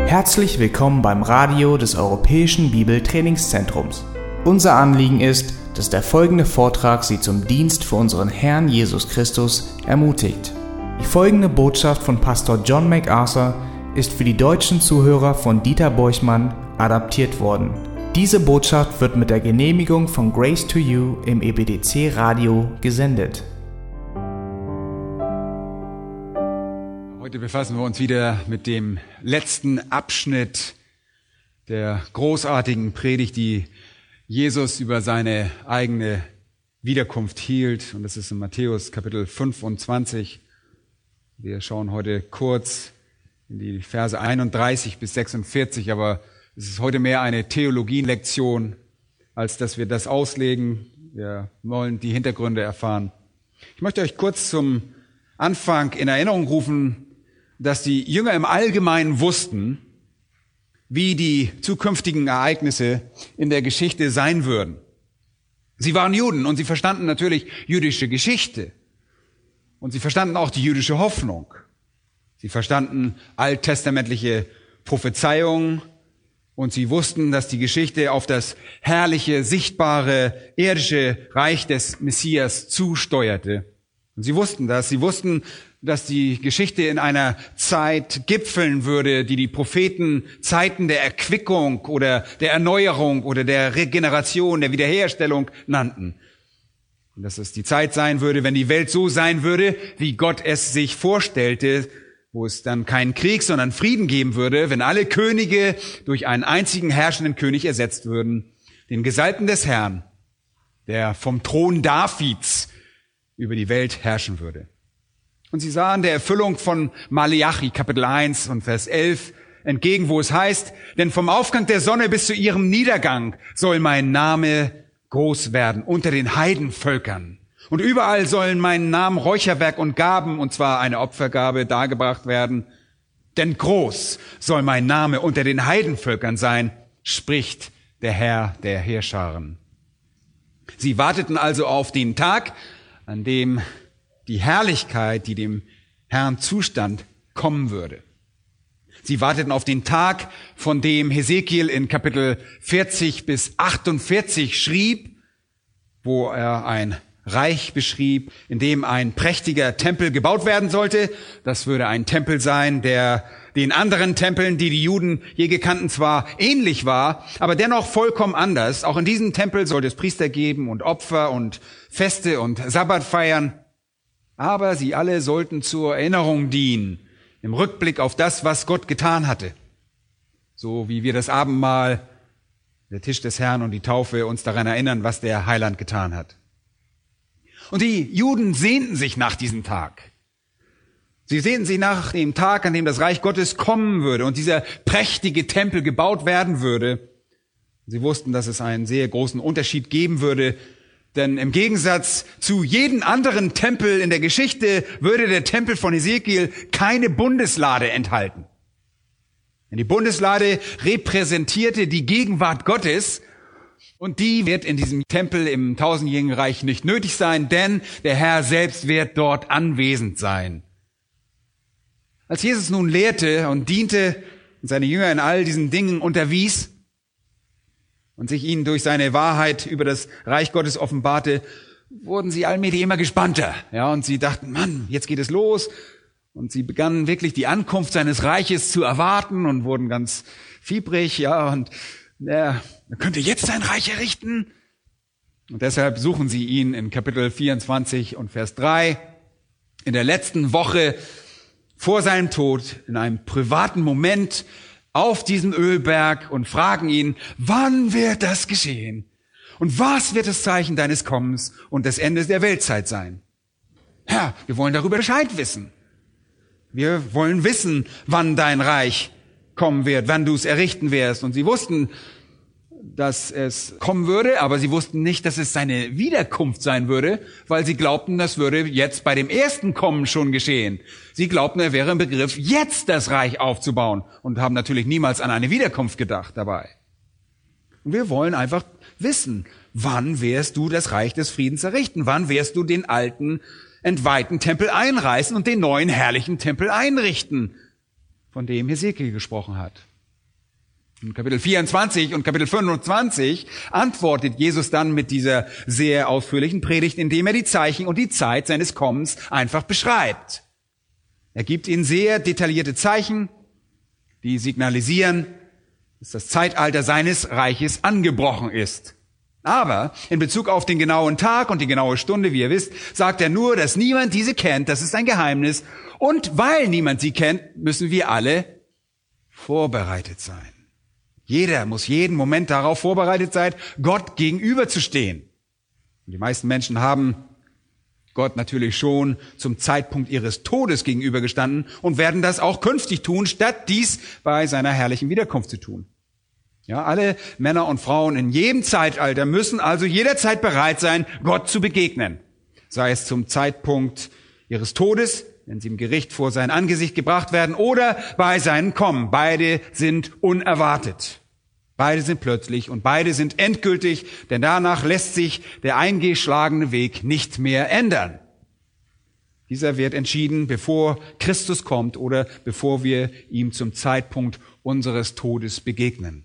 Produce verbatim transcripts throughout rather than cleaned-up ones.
Herzlich willkommen beim Radio des Europäischen Bibeltrainingszentrums. Unser Anliegen ist, dass der folgende Vortrag Sie zum Dienst für unseren Herrn Jesus Christus ermutigt. Die folgende Botschaft von Pastor John MacArthur ist für die deutschen Zuhörer von Dieter Borchmann adaptiert worden. Diese Botschaft wird mit der Genehmigung von Grace to You im E B D C-Radio gesendet. Heute befassen wir uns wieder mit dem letzten Abschnitt der großartigen Predigt, die Jesus über seine eigene Wiederkunft hielt. Und das ist in Matthäus Kapitel fünfundzwanzig. Wir schauen heute kurz in die Verse einunddreißig bis sechsundvierzig, aber es ist heute mehr eine Theologielektion, als dass wir das auslegen. Wir wollen die Hintergründe erfahren. Ich möchte euch kurz zum Anfang in Erinnerung rufen, dass die Jünger im Allgemeinen wussten, wie die zukünftigen Ereignisse in der Geschichte sein würden. Sie waren Juden und sie verstanden natürlich jüdische Geschichte. Und sie verstanden auch die jüdische Hoffnung. Sie verstanden alttestamentliche Prophezeiungen und sie wussten, dass die Geschichte auf das herrliche, sichtbare, irdische Reich des Messias zusteuerte. Und sie wussten das. Sie wussten, dass die Geschichte in einer Zeit gipfeln würde, die die Propheten Zeiten der Erquickung oder der Erneuerung oder der Regeneration, der Wiederherstellung nannten. Und dass es die Zeit sein würde, wenn die Welt so sein würde, wie Gott es sich vorstellte, wo es dann keinen Krieg, sondern Frieden geben würde, wenn alle Könige durch einen einzigen herrschenden König ersetzt würden, den Gesalbten des Herrn, der vom Thron Davids über die Welt herrschen würde. Und sie sahen der Erfüllung von Maleachi, Kapitel eins und Vers elf, entgegen, wo es heißt, denn vom Aufgang der Sonne bis zu ihrem Niedergang soll mein Name groß werden unter den Heidenvölkern. Und überall sollen meinen Namen Räucherwerk und Gaben, und zwar eine Opfergabe, dargebracht werden. Denn groß soll mein Name unter den Heidenvölkern sein, spricht der Herr der Heerscharen. Sie warteten also auf den Tag, an dem die Herrlichkeit, die dem Herrn zustand, kommen würde. Sie warteten auf den Tag, von dem Hesekiel in Kapitel vierzig bis achtundvierzig schrieb, wo er ein Reich beschrieb, in dem ein prächtiger Tempel gebaut werden sollte. Das würde ein Tempel sein, der den anderen Tempeln, die die Juden je gekannten, zwar ähnlich war, aber dennoch vollkommen anders. Auch in diesem Tempel sollte es Priester geben und Opfer und Feste und Sabbat feiern. Aber sie alle sollten zur Erinnerung dienen, im Rückblick auf das, was Gott getan hatte. So wie wir das Abendmahl, der Tisch des Herrn und die Taufe uns daran erinnern, was der Heiland getan hat. Und die Juden sehnten sich nach diesem Tag. Sie sehnten sich nach dem Tag, an dem das Reich Gottes kommen würde und dieser prächtige Tempel gebaut werden würde. Sie wussten, dass es einen sehr großen Unterschied geben würde, denn im Gegensatz zu jedem anderen Tempel in der Geschichte würde der Tempel von Hesekiel keine Bundeslade enthalten. Denn die Bundeslade repräsentierte die Gegenwart Gottes und die wird in diesem Tempel im tausendjährigen Reich nicht nötig sein, denn der Herr selbst wird dort anwesend sein. Als Jesus nun lehrte und diente und seine Jünger in all diesen Dingen unterwies, und sich ihnen durch seine Wahrheit über das Reich Gottes offenbarte, wurden sie allmählich immer gespannter. Ja, und sie dachten, Mann, jetzt geht es los. Und sie begannen wirklich die Ankunft seines Reiches zu erwarten und wurden ganz fiebrig. Ja, und er könnte jetzt sein Reich errichten. Und deshalb suchen sie ihn in Kapitel vierundzwanzig und Vers drei in der letzten Woche vor seinem Tod in einem privaten Moment auf diesem Ölberg und fragen ihn, wann wird das geschehen? Und was wird das Zeichen deines Kommens und des Endes der Weltzeit sein? Herr, wir wollen darüber Bescheid wissen. Wir wollen wissen, wann dein Reich kommen wird, wann du es errichten wirst. Und sie wussten, dass es kommen würde, aber sie wussten nicht, dass es seine Wiederkunft sein würde, weil sie glaubten, das würde jetzt bei dem ersten Kommen schon geschehen. Sie glaubten, er wäre im Begriff, jetzt das Reich aufzubauen und haben natürlich niemals an eine Wiederkunft gedacht dabei. Und wir wollen einfach wissen, wann wirst du das Reich des Friedens errichten? Wann wirst du den alten, entweihten Tempel einreißen und den neuen, herrlichen Tempel einrichten, von dem Hesekiel gesprochen hat? In Kapitel vierundzwanzig und Kapitel fünfundzwanzig antwortet Jesus dann mit dieser sehr ausführlichen Predigt, indem er die Zeichen und die Zeit seines Kommens einfach beschreibt. Er gibt ihnen sehr detaillierte Zeichen, die signalisieren, dass das Zeitalter seines Reiches angebrochen ist. Aber in Bezug auf den genauen Tag und die genaue Stunde, wie ihr wisst, sagt er nur, dass niemand diese kennt, das ist ein Geheimnis. Und weil niemand sie kennt, müssen wir alle vorbereitet sein. Jeder muss jeden Moment darauf vorbereitet sein, Gott gegenüberzustehen. Und die meisten Menschen haben Gott natürlich schon zum Zeitpunkt ihres Todes gegenübergestanden und werden das auch künftig tun, statt dies bei seiner herrlichen Wiederkunft zu tun. Ja, alle Männer und Frauen in jedem Zeitalter müssen also jederzeit bereit sein, Gott zu begegnen. Sei es zum Zeitpunkt ihres Todes, wenn sie im Gericht vor sein Angesicht gebracht werden, oder bei seinem Kommen. Beide sind unerwartet. Beide sind plötzlich und beide sind endgültig, denn danach lässt sich der eingeschlagene Weg nicht mehr ändern. Dieser wird entschieden, bevor Christus kommt oder bevor wir ihm zum Zeitpunkt unseres Todes begegnen.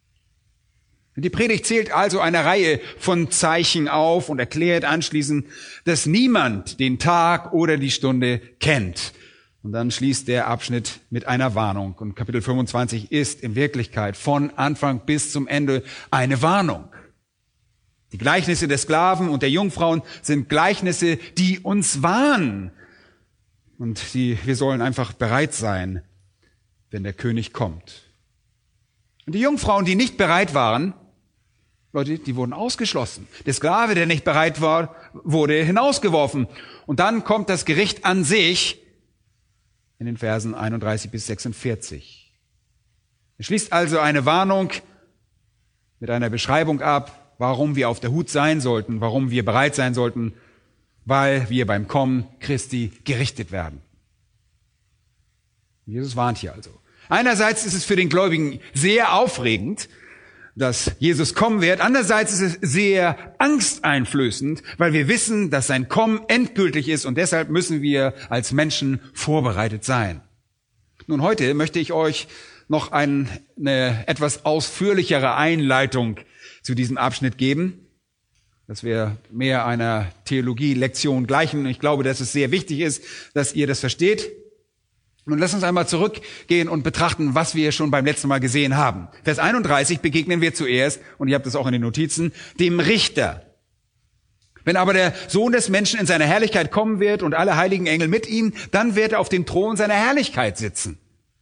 Die Predigt zählt also eine Reihe von Zeichen auf und erklärt anschließend, dass niemand den Tag oder die Stunde kennt. Und dann schließt der Abschnitt mit einer Warnung. Und Kapitel fünfundzwanzig ist in Wirklichkeit von Anfang bis zum Ende eine Warnung. Die Gleichnisse der Sklaven und der Jungfrauen sind Gleichnisse, die uns warnen. Und die, wir sollen einfach bereit sein, wenn der König kommt. Und die Jungfrauen, die nicht bereit waren, Leute, die wurden ausgeschlossen. Der Sklave, der nicht bereit war, wurde hinausgeworfen. Und dann kommt das Gericht an sich in den Versen einunddreißig bis sechsundvierzig. Es schließt also eine Warnung mit einer Beschreibung ab, warum wir auf der Hut sein sollten, warum wir bereit sein sollten, weil wir beim Kommen Christi gerichtet werden. Jesus warnt hier also. Einerseits ist es für den Gläubigen sehr aufregend, dass Jesus kommen wird. Andererseits ist es sehr angsteinflößend, weil wir wissen, dass sein Kommen endgültig ist und deshalb müssen wir als Menschen vorbereitet sein. Nun, heute möchte ich euch noch ein, eine etwas ausführlichere Einleitung zu diesem Abschnitt geben. Das wäre mehr einer Theologie-Lektion gleichen. Ich glaube, dass es sehr wichtig ist, dass ihr das versteht. Nun lass uns einmal zurückgehen und betrachten, was wir schon beim letzten Mal gesehen haben. Vers einunddreißig begegnen wir zuerst, und ihr habt es auch in den Notizen, dem Richter. Wenn aber der Sohn des Menschen in seiner Herrlichkeit kommen wird und alle heiligen Engel mit ihm, dann wird er auf dem Thron seiner Herrlichkeit sitzen.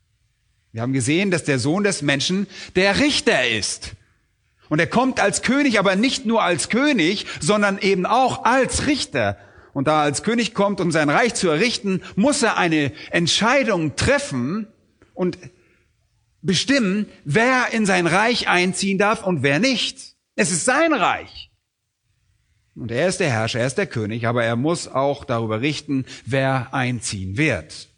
Wir haben gesehen, dass der Sohn des Menschen der Richter ist. Und er kommt als König, aber nicht nur als König, sondern eben auch als Richter. Und da er als König kommt, um sein Reich zu errichten, muss er eine Entscheidung treffen und bestimmen, wer in sein Reich einziehen darf und wer nicht. Es ist sein Reich. Und er ist der Herrscher, er ist der König, aber er muss auch darüber richten, wer einziehen wird.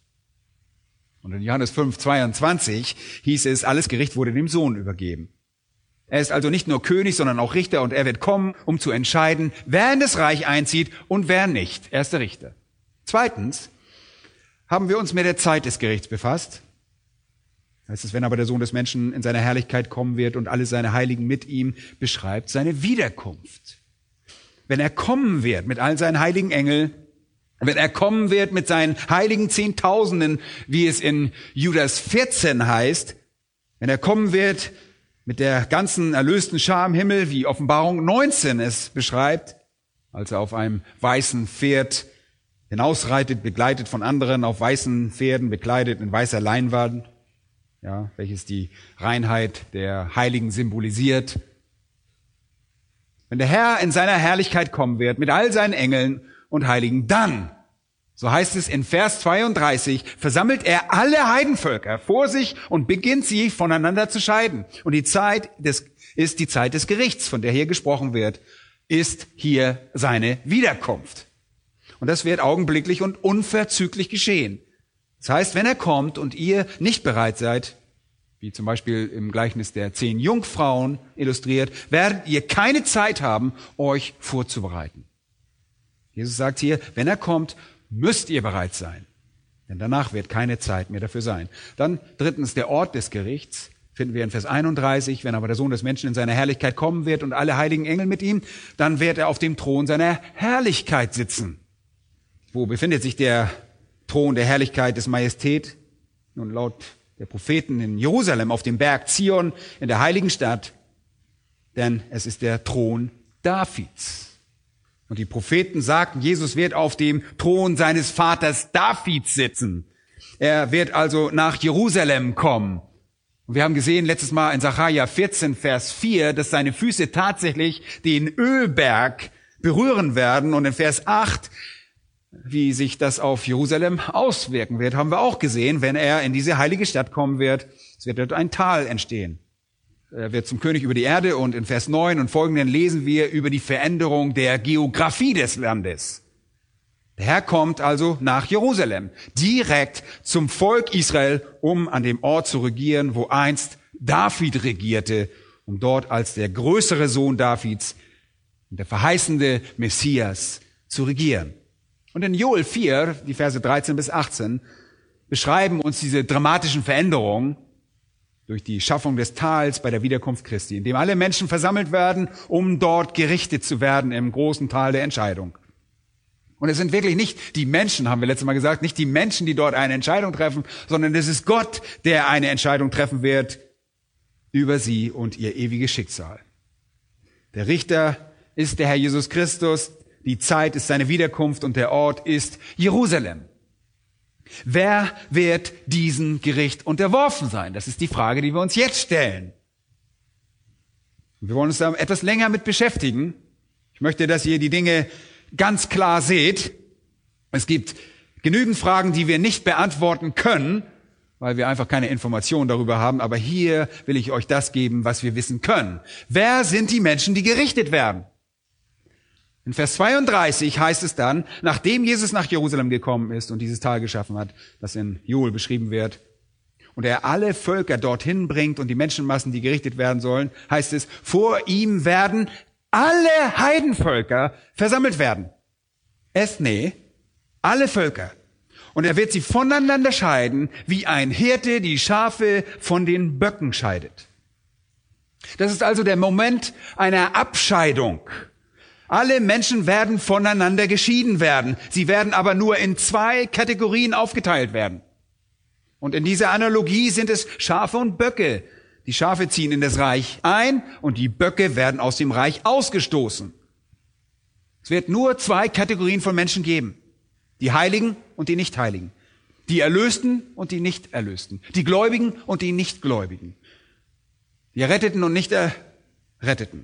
Und in Johannes fünf, zweiundzwanzig hieß es, alles Gericht wurde dem Sohn übergeben. Er ist also nicht nur König, sondern auch Richter, und er wird kommen, um zu entscheiden, wer in das Reich einzieht und wer nicht. Er ist der Richter. Zweitens haben wir uns mit der Zeit des Gerichts befasst. Heißt es, wenn aber der Sohn des Menschen in seiner Herrlichkeit kommen wird und alle seine Heiligen mit ihm, beschreibt seine Wiederkunft. Wenn er kommen wird mit all seinen heiligen Engeln, wenn er kommen wird mit seinen heiligen Zehntausenden, wie es in Judas vierzehn heißt, wenn er kommen wird mit der ganzen erlösten Schar im Himmel, wie Offenbarung neunzehn es beschreibt, als er auf einem weißen Pferd hinausreitet, begleitet von anderen auf weißen Pferden, bekleidet in weißer Leinwand, ja, welches die Reinheit der Heiligen symbolisiert. Wenn der Herr in seiner Herrlichkeit kommen wird, mit all seinen Engeln und Heiligen, dann, so heißt es in Vers zweiunddreißig, versammelt er alle Heidenvölker vor sich und beginnt sie voneinander zu scheiden. Und die Zeit des, ist die Zeit des Gerichts, von der hier gesprochen wird, ist hier seine Wiederkunft. Und das wird augenblicklich und unverzüglich geschehen. Das heißt, wenn er kommt und ihr nicht bereit seid, wie zum Beispiel im Gleichnis der zehn Jungfrauen illustriert, werdet ihr keine Zeit haben, euch vorzubereiten. Jesus sagt hier, wenn er kommt, müsst ihr bereit sein, denn danach wird keine Zeit mehr dafür sein. Dann drittens der Ort des Gerichts, Finden wir in Vers einunddreißig. Wenn aber der Sohn des Menschen in seiner Herrlichkeit kommen wird und alle heiligen Engel mit ihm, dann wird er auf dem Thron seiner Herrlichkeit sitzen. Wo befindet sich der Thron der Herrlichkeit des Majestät? Nun, laut der Propheten in Jerusalem, auf dem Berg Zion, in der heiligen Stadt. Denn es ist der Thron Davids. Und die Propheten sagten, Jesus wird auf dem Thron seines Vaters Davids sitzen. Er wird also nach Jerusalem kommen. Und wir haben gesehen letztes Mal in Sacharja vierzehn, Vers vier, dass seine Füße tatsächlich den Ölberg berühren werden. Und in Vers acht, wie sich das auf Jerusalem auswirken wird, haben wir auch gesehen, wenn er in diese heilige Stadt kommen wird. Es wird dort ein Tal entstehen. Er wird zum König über die Erde und in Vers neun und folgenden lesen wir über die Veränderung der Geografie des Landes. Der Herr kommt also nach Jerusalem, direkt zum Volk Israel, um an dem Ort zu regieren, wo einst David regierte, um dort als der größere Sohn Davids und der verheißende Messias zu regieren. Und in Joel vier, die Verse dreizehn bis achtzehn, beschreiben uns diese dramatischen Veränderungen durch die Schaffung des Tals bei der Wiederkunft Christi, in dem alle Menschen versammelt werden, um dort gerichtet zu werden im großen Tal der Entscheidung. Und es sind wirklich nicht die Menschen, haben wir letztes Mal gesagt, nicht die Menschen, die dort eine Entscheidung treffen, sondern es ist Gott, der eine Entscheidung treffen wird über sie und ihr ewiges Schicksal. Der Richter ist der Herr Jesus Christus, die Zeit ist seine Wiederkunft und der Ort ist Jerusalem. Wer wird diesem Gericht unterworfen sein? Das ist die Frage, die wir uns jetzt stellen. Wir wollen uns da etwas länger mit beschäftigen. Ich möchte, dass ihr die Dinge ganz klar seht. Es gibt genügend Fragen, die wir nicht beantworten können, weil wir einfach keine Informationen darüber haben. Aber hier will ich euch das geben, was wir wissen können. Wer sind die Menschen, die gerichtet werden? In Vers zweiunddreißig heißt es dann, nachdem Jesus nach Jerusalem gekommen ist und dieses Tal geschaffen hat, das in Joel beschrieben wird, und er alle Völker dorthin bringt und die Menschenmassen, die gerichtet werden sollen, heißt es, vor ihm werden alle Heidenvölker versammelt werden. Ethne, alle Völker. Und er wird sie voneinander scheiden, wie ein Hirte die Schafe von den Böcken scheidet. Das ist also der Moment einer Abscheidung. Alle Menschen werden voneinander geschieden werden. Sie werden aber nur in zwei Kategorien aufgeteilt werden. Und in dieser Analogie sind es Schafe und Böcke. Die Schafe ziehen in das Reich ein und die Böcke werden aus dem Reich ausgestoßen. Es wird nur zwei Kategorien von Menschen geben. Die Heiligen und die Nichtheiligen. Die Erlösten und die Nicht-Erlösten. Die Gläubigen und die Nichtgläubigen. Die Erretteten und Nicht-Erretteten.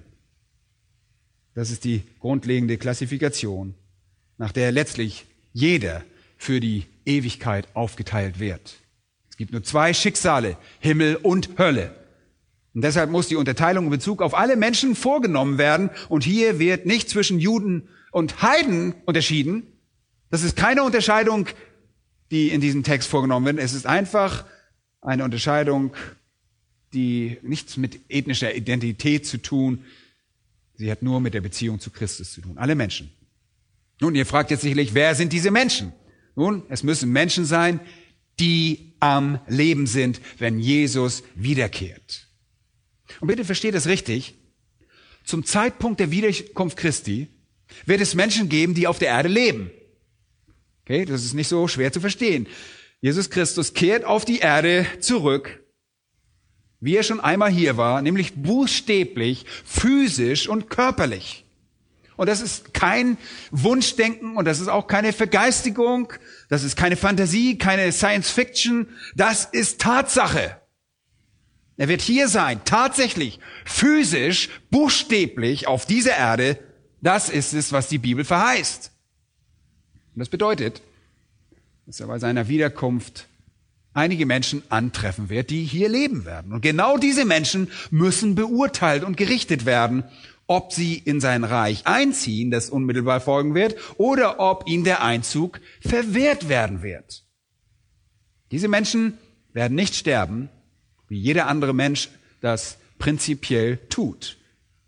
Das ist die grundlegende Klassifikation, nach der letztlich jeder für die Ewigkeit aufgeteilt wird. Es gibt nur zwei Schicksale, Himmel und Hölle. Und deshalb muss die Unterteilung in Bezug auf alle Menschen vorgenommen werden. Und hier wird nicht zwischen Juden und Heiden unterschieden. Das ist keine Unterscheidung, die in diesem Text vorgenommen wird. Es ist einfach eine Unterscheidung, die nichts mit ethnischer Identität zu tun hat. Sie hat nur mit der Beziehung zu Christus zu tun. Alle Menschen. Nun, ihr fragt jetzt sicherlich, wer sind diese Menschen? Nun, es müssen Menschen sein, die am Leben sind, wenn Jesus wiederkehrt. Und bitte versteht es richtig. Zum Zeitpunkt der Wiederkunft Christi wird es Menschen geben, die auf der Erde leben. Okay, das ist nicht so schwer zu verstehen. Jesus Christus kehrt auf die Erde zurück, wie er schon einmal hier war, nämlich buchstäblich, physisch und körperlich. Und das ist kein Wunschdenken und das ist auch keine Vergeistigung, das ist keine Fantasie, keine Science Fiction, das ist Tatsache. Er wird hier sein, tatsächlich, physisch, buchstäblich auf dieser Erde, das ist es, was die Bibel verheißt. Und das bedeutet, dass er bei seiner Wiederkunft einige Menschen antreffen wird, die hier leben werden. Und genau diese Menschen müssen beurteilt und gerichtet werden, ob sie in sein Reich einziehen, das unmittelbar folgen wird, oder ob ihnen der Einzug verwehrt werden wird. Diese Menschen werden nicht sterben, wie jeder andere Mensch das prinzipiell tut.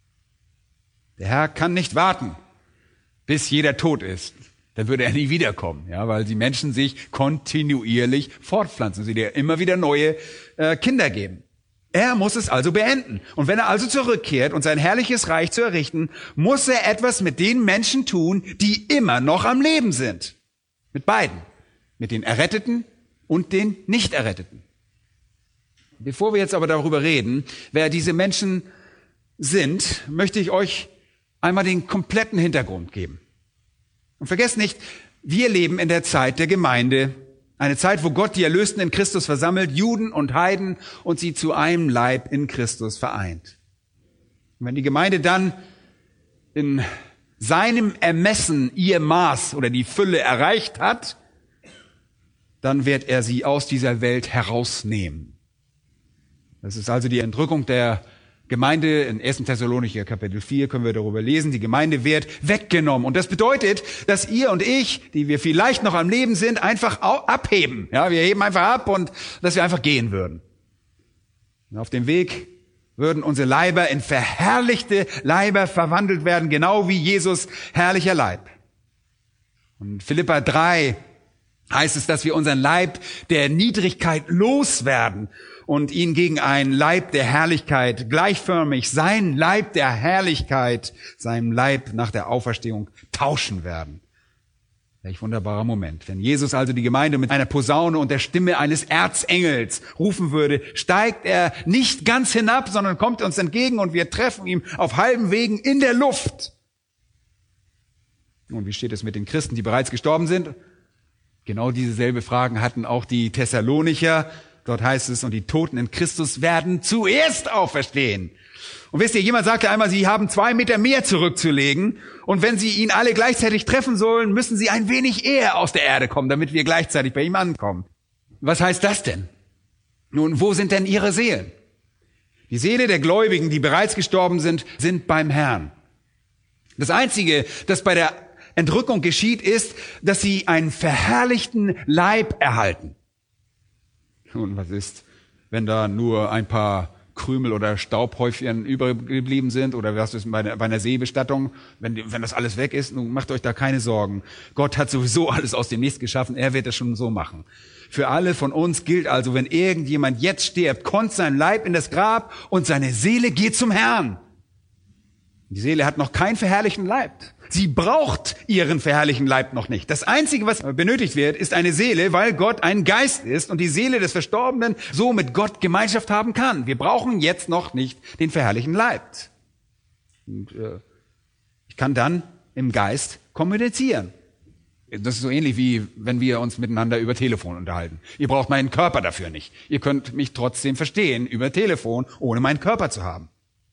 Der Herr kann nicht warten, bis jeder tot ist. Dann würde er nie wiederkommen, ja, weil die Menschen sich kontinuierlich fortpflanzen, sie dir immer wieder neue äh, Kinder geben. Er muss es also beenden. Und wenn er also zurückkehrt und sein herrliches Reich zu errichten, muss er etwas mit den Menschen tun, die immer noch am Leben sind. Mit beiden. Mit den Erretteten und den Nicht-Erretteten. Bevor wir jetzt aber darüber reden, wer diese Menschen sind, möchte ich euch einmal den kompletten Hintergrund geben. Und vergesst nicht, wir leben in der Zeit der Gemeinde, eine Zeit, wo Gott die Erlösten in Christus versammelt, Juden und Heiden, und sie zu einem Leib in Christus vereint. Und wenn die Gemeinde dann in seinem Ermessen ihr Maß oder die Fülle erreicht hat, dann wird er sie aus dieser Welt herausnehmen. Das ist also die Entrückung der Gemeinde. In ersten Thessalonicher Kapitel vier können wir darüber lesen. Die Gemeinde wird weggenommen. Und das bedeutet, dass ihr und ich, die wir vielleicht noch am Leben sind, einfach abheben. Ja, wir heben einfach ab und dass wir einfach gehen würden. Und auf dem Weg würden unsere Leiber in verherrlichte Leiber verwandelt werden, genau wie Jesus herrlicher Leib. Und in Philipper drei heißt es, dass wir unseren Leib der Niedrigkeit loswerden und ihn gegen einen Leib der Herrlichkeit gleichförmig, sein Leib der Herrlichkeit, seinem Leib nach der Auferstehung tauschen werden. Welch wunderbarer Moment. Wenn Jesus also die Gemeinde mit einer Posaune und der Stimme eines Erzengels rufen würde, steigt er nicht ganz hinab, sondern kommt uns entgegen und wir treffen ihn auf halben Wegen in der Luft. Nun, wie steht es mit den Christen, die bereits gestorben sind? Genau dieselbe Fragen hatten auch die Thessalonicher. Dort heißt es, und die Toten in Christus werden zuerst auferstehen. Und wisst ihr, jemand sagte einmal, sie haben zwei Meter mehr zurückzulegen. Und wenn sie ihn alle gleichzeitig treffen sollen, müssen sie ein wenig eher aus der Erde kommen, damit wir gleichzeitig bei ihm ankommen. Was heißt das denn? Nun, wo sind denn ihre Seelen? Die Seele der Gläubigen, die bereits gestorben sind, sind beim Herrn. Das Einzige, das bei der Entrückung geschieht, ist, dass sie einen verherrlichten Leib erhalten. Und was ist, wenn da nur ein paar Krümel oder Staubhäufchen übergeblieben sind? Oder was ist bei einer, bei einer Seebestattung, wenn, wenn das alles weg ist? Nun macht euch da keine Sorgen. Gott hat sowieso alles aus dem Nichts geschaffen. Er wird das schon so machen. Für alle von uns gilt also, wenn irgendjemand jetzt stirbt, kommt sein Leib in das Grab und seine Seele geht zum Herrn. Die Seele hat noch keinen verherrlichten Leib. Sie braucht ihren verherrlichen Leib noch nicht. Das Einzige, was benötigt wird, ist eine Seele, weil Gott ein Geist ist und die Seele des Verstorbenen so mit Gott Gemeinschaft haben kann. Wir brauchen jetzt noch nicht den verherrlichen Leib. Und, äh, ich kann dann im Geist kommunizieren. Das ist so ähnlich wie, wenn wir uns miteinander über Telefon unterhalten. Ihr braucht meinen Körper dafür nicht. Ihr könnt mich trotzdem verstehen über Telefon, ohne meinen Körper zu haben.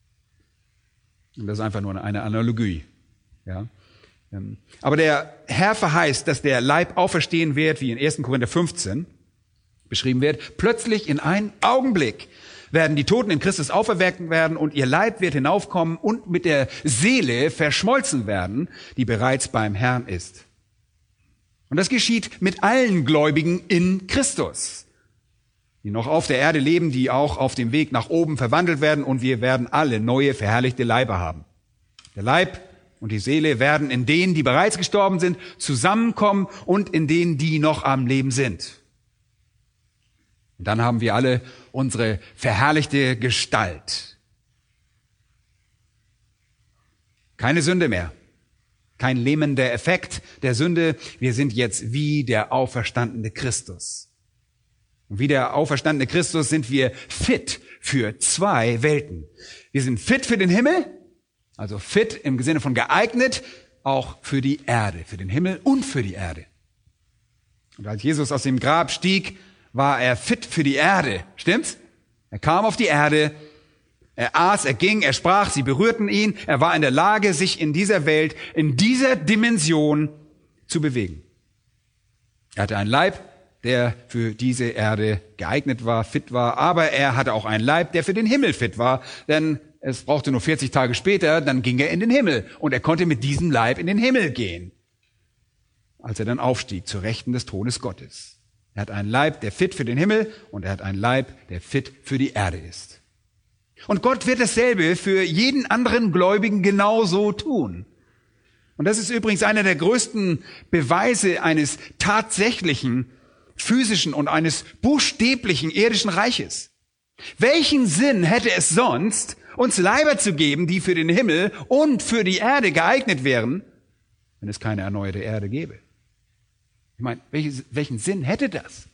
Und das ist einfach nur eine Analogie. Ja. Aber der Herr verheißt, dass der Leib auferstehen wird, wie in ersten Korinther fünfzehn beschrieben wird. Plötzlich in einem Augenblick werden die Toten in Christus auferweckt werden und ihr Leib wird hinaufkommen und mit der Seele verschmolzen werden, die bereits beim Herrn ist. Und das geschieht mit allen Gläubigen in Christus, die noch auf der Erde leben, die auch auf dem Weg nach oben verwandelt werden, und wir werden alle neue, verherrlichte Leiber haben. Der Leib und die Seele werden in denen, die bereits gestorben sind, zusammenkommen und in denen, die noch am Leben sind. Und dann haben wir alle unsere verherrlichte Gestalt. Keine Sünde mehr. Kein lähmender Effekt der Sünde. Wir sind jetzt wie der auferstandene Christus. Und wie der auferstandene Christus sind wir fit für zwei Welten. Wir sind fit für den Himmel, also fit im Sinne von geeignet, auch für die Erde, für den Himmel und für die Erde. Und als Jesus aus dem Grab stieg, war er fit für die Erde. Stimmt's? Er kam auf die Erde, er aß, er ging, er sprach, sie berührten ihn. Er war in der Lage, sich in dieser Welt, in dieser Dimension zu bewegen. Er hatte einen Leib, der für diese Erde geeignet war, fit war, aber er hatte auch einen Leib, der für den Himmel fit war, denn es brauchte nur vierzig Tage später, dann ging er in den Himmel und er konnte mit diesem Leib in den Himmel gehen, als er dann aufstieg zur Rechten des Thrones Gottes. Er hat einen Leib, der fit für den Himmel, und er hat einen Leib, der fit für die Erde ist. Und Gott wird dasselbe für jeden anderen Gläubigen genauso tun. Und das ist übrigens einer der größten Beweise eines tatsächlichen physischen und eines buchstäblichen irdischen Reiches. Welchen Sinn hätte es sonst, uns Leiber zu geben, die für den Himmel und für die Erde geeignet wären, wenn es keine erneuerte Erde gäbe? Ich meine, welches, welchen Sinn hätte das?